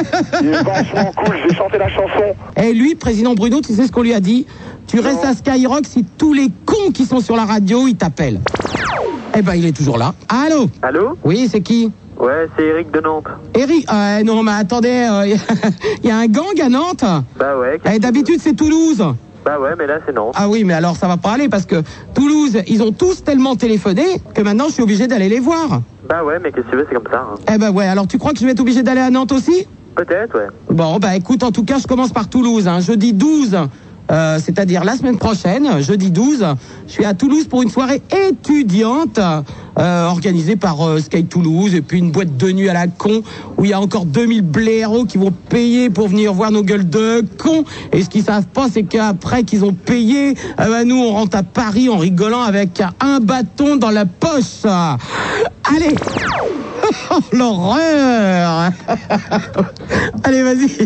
Il est vachement cool, je vais chanter la chanson. Et lui, président Bruno, tu sais ce qu'on lui a dit? Tu restes à Skyrock si tous les cons qui sont sur la radio, ils t'appellent. Eh ben, il est toujours là. Allô? Allô? Oui, c'est qui? Ouais, c'est Eric de Nantes. Eric? Non, mais attendez, il y a un gang à Nantes? Bah ouais. D'habitude, c'est Toulouse. Bah ouais, mais là, c'est Nantes. Ah oui, mais alors ça va pas aller parce que Toulouse, ils ont tous tellement téléphoné que maintenant, je suis obligé d'aller les voir. Bah ouais, mais qu'est-ce que tu veux, c'est comme ça. Hein. Eh ben ouais, alors tu crois que je vais être obligé d'aller à Nantes aussi? Peut-être, ouais. Bon, bah écoute, en tout cas, je commence par Toulouse, hein, jeudi 12, c'est-à-dire la semaine prochaine, jeudi 12, je suis à Toulouse pour une soirée étudiante organisée par Sky Toulouse et puis une boîte de nuit à la con où il y a encore 2000 blaireaux qui vont payer pour venir voir nos gueules de cons. Et ce qu'ils savent pas, c'est qu'après qu'ils ont payé, nous on rentre à Paris en rigolant avec un bâton dans la poche. Allez. Oh, l'horreur. Allez, vas-y.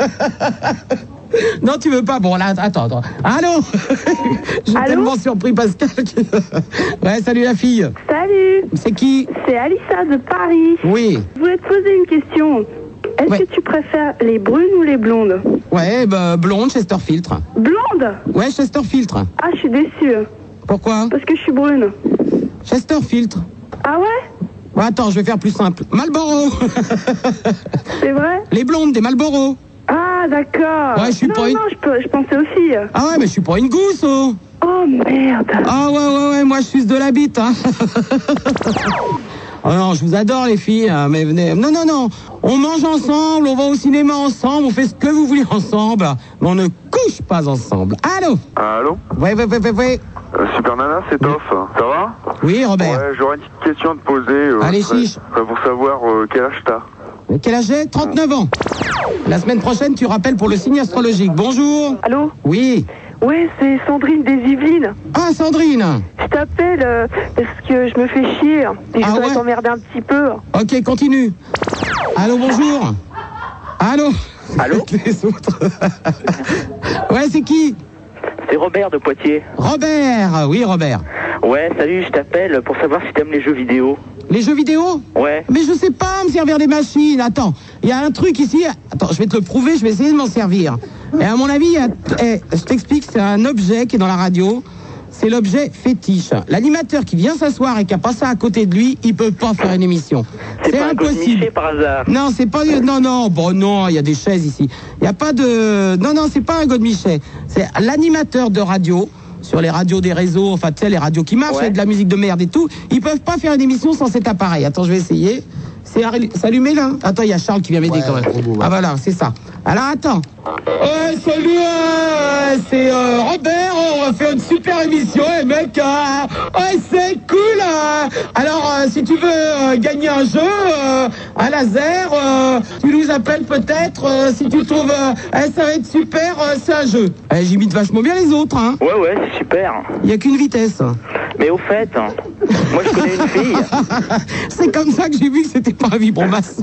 Non, tu veux pas? Bon, là, attends. Allô? J'ai tellement surpris Pascal. Ouais, salut la fille. Salut. C'est qui? C'est Alissa de Paris. Oui. Je voulais te poser une question. Est-ce que tu préfères les brunes ou les blondes? Ouais, bah, blonde, Chesterfield. Blonde? Ouais, Chesterfield. Ah, je suis déçue. Pourquoi? Parce que je suis brune. Chesterfield. Ah ouais? Ouais, attends, je vais faire plus simple. Marlboro. C'est vrai? Les blondes, des Marlboro. Ah, d'accord. Ouais, je suis pas une... Non, je pensais aux filles. Ah ouais, mais je suis pas une gousse, oh. Oh, merde. Ah ouais, moi je suis de la bite, hein. Oh non, je vous adore les filles, hein, mais venez... Non, on mange ensemble, on va au cinéma ensemble, on fait ce que vous voulez ensemble, mais on ne couche pas ensemble. Allô? Allô? Ouais. Super Nana, c'est Toff. Ça va? Oui, Robert. Ouais, j'aurais une petite question à te poser. Allez, chiche. Pour savoir quel âge t'as. Mais quel âge j'ai? 39 ans. La semaine prochaine, tu rappelles pour le signe astrologique. Bonjour. Allô? Oui. Ouais, c'est Sandrine des Yvelines. Ah, Sandrine. Je t'appelle parce que je me fais chier et je voudrais t'emmerder un petit peu. Ok, continue. Allô, bonjour. Allô? Les autres. Ouais, c'est qui? C'est Robert de Poitiers. Robert, oui Robert. Ouais, salut, je t'appelle pour savoir si t'aimes les jeux vidéo. Les jeux vidéo? Ouais. Mais je sais pas me servir des machines. Attends, il y a un truc ici. Attends, je vais te le prouver, je vais essayer de m'en servir. Et à mon avis, je t'explique, c'est un objet qui est dans la radio. C'est l'objet fétiche. L'animateur qui vient s'asseoir et qui a pas ça à côté de lui, il peut pas faire une émission. C'est pas impossible. Un par hasard. Non, c'est pas... Non. Bon, non, il y a des chaises ici. Il y a pas de... Non, c'est pas un godemichet. C'est l'animateur de radio, sur les radios des réseaux, enfin, tu sais, les radios qui marchent avec de la musique de merde et tout. Ils peuvent pas faire une émission sans cet appareil. Attends, je vais essayer. C'est allumé, là? Attends, il y a Charles qui vient m'aider quand même. Ah, voilà, c'est ça. Alors, attends. Salut, c'est Robert, on va faire une super émission, et mec, c'est cool. Alors, si tu veux gagner un jeu à laser, tu nous appelles peut-être, si tu trouves, ça va être super, c'est un jeu. J'imite vachement bien les autres, hein. Ouais, c'est super. Il n'y a qu'une vitesse. Mais au fait, moi je connais une fille. C'est comme ça que j'ai vu que c'était pas un vibromasseur.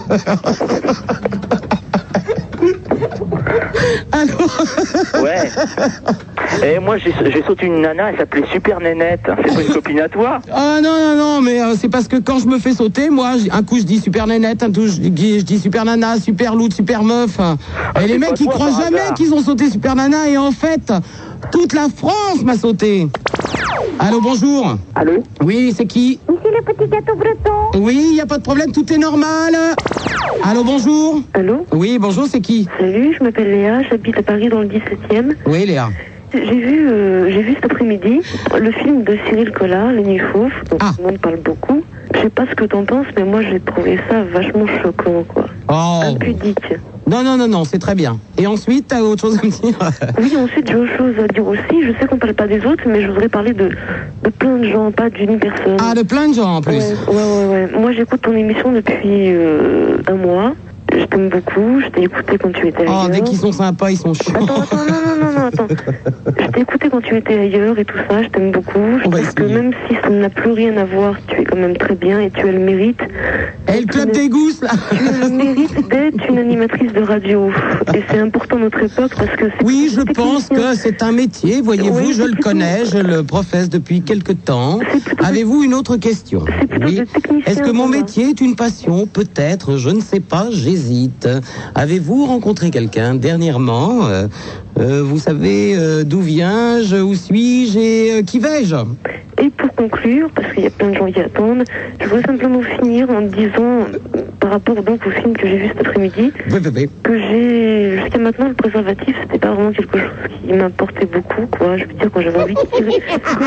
Alors... Ouais. Et moi j'ai sauté une nana, elle s'appelait Super Nénette. C'est pas une copine à toi? Ah non, mais c'est parce que quand je me fais sauter, moi, un coup je dis Super Nénette, un coup je dis Super Nana, Super Loup, Super Meuf. Et les mecs ils croient jamais qu'ils ont sauté Super Nana et en fait, toute la France m'a sauté. Allô, bonjour. Allô? Oui, c'est qui? Ici le petit gâteau breton. Oui, y a pas de problème, tout est normal. Allô, bonjour. Allô? Oui, bonjour, c'est qui? Salut, je m'appelle Léa, j'habite à Paris dans le 17e. Oui, Léa. J'ai vu cet après-midi le film de Cyril Collard, Les Nuits Fauves, dont tout le monde parle beaucoup. Je sais pas ce que t'en penses, mais moi j'ai trouvé ça vachement choquant, quoi. Oh. Impudique. Non, c'est très bien. Et ensuite, t'as autre chose à me dire? Oui, ensuite j'ai autre chose à dire aussi. Je sais qu'on parle pas des autres, mais je voudrais parler de plein de gens, pas d'une personne. Ah, de plein de gens en plus. Ouais. Moi j'écoute ton émission depuis un mois. Je t'aime beaucoup, je t'ai écouté quand tu étais ailleurs. Oh, dès qu'ils sont sympas, ils sont chiants. Attends, non, attends. Je t'ai écouté quand tu étais ailleurs et tout ça, je t'aime beaucoup. Je trouve que même si ça n'a plus rien à voir, tu es quand même très bien et tu as le mérite. Et le club des gousses, là. Tu as le mérite d'être une animatrice de radio. Et c'est important à notre époque parce que c'est... Oui, je pense que c'est un métier, voyez-vous, Oui, je le connais, je le professe depuis quelque temps. Avez-vous une autre question? Oui. Est-ce que mon métier est une passion? Peut-être, je ne sais pas, j'hésite. Avez-vous rencontré quelqu'un dernièrement? Vous savez d'où viens-je, où suis-je et qui vais-je? Et pour conclure, parce qu'il y a plein de gens qui attendent, je voudrais simplement finir en disant, par rapport donc au film que j'ai vu cet après-midi, que j'ai, jusqu'à maintenant, le préservatif, c'était pas vraiment quelque chose qui m'importait beaucoup, quoi. Je veux dire, quand j'avais envie de tirer...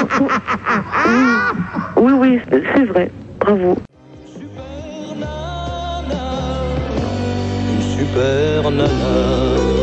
Oui, c'est vrai. Bravo. Super nana.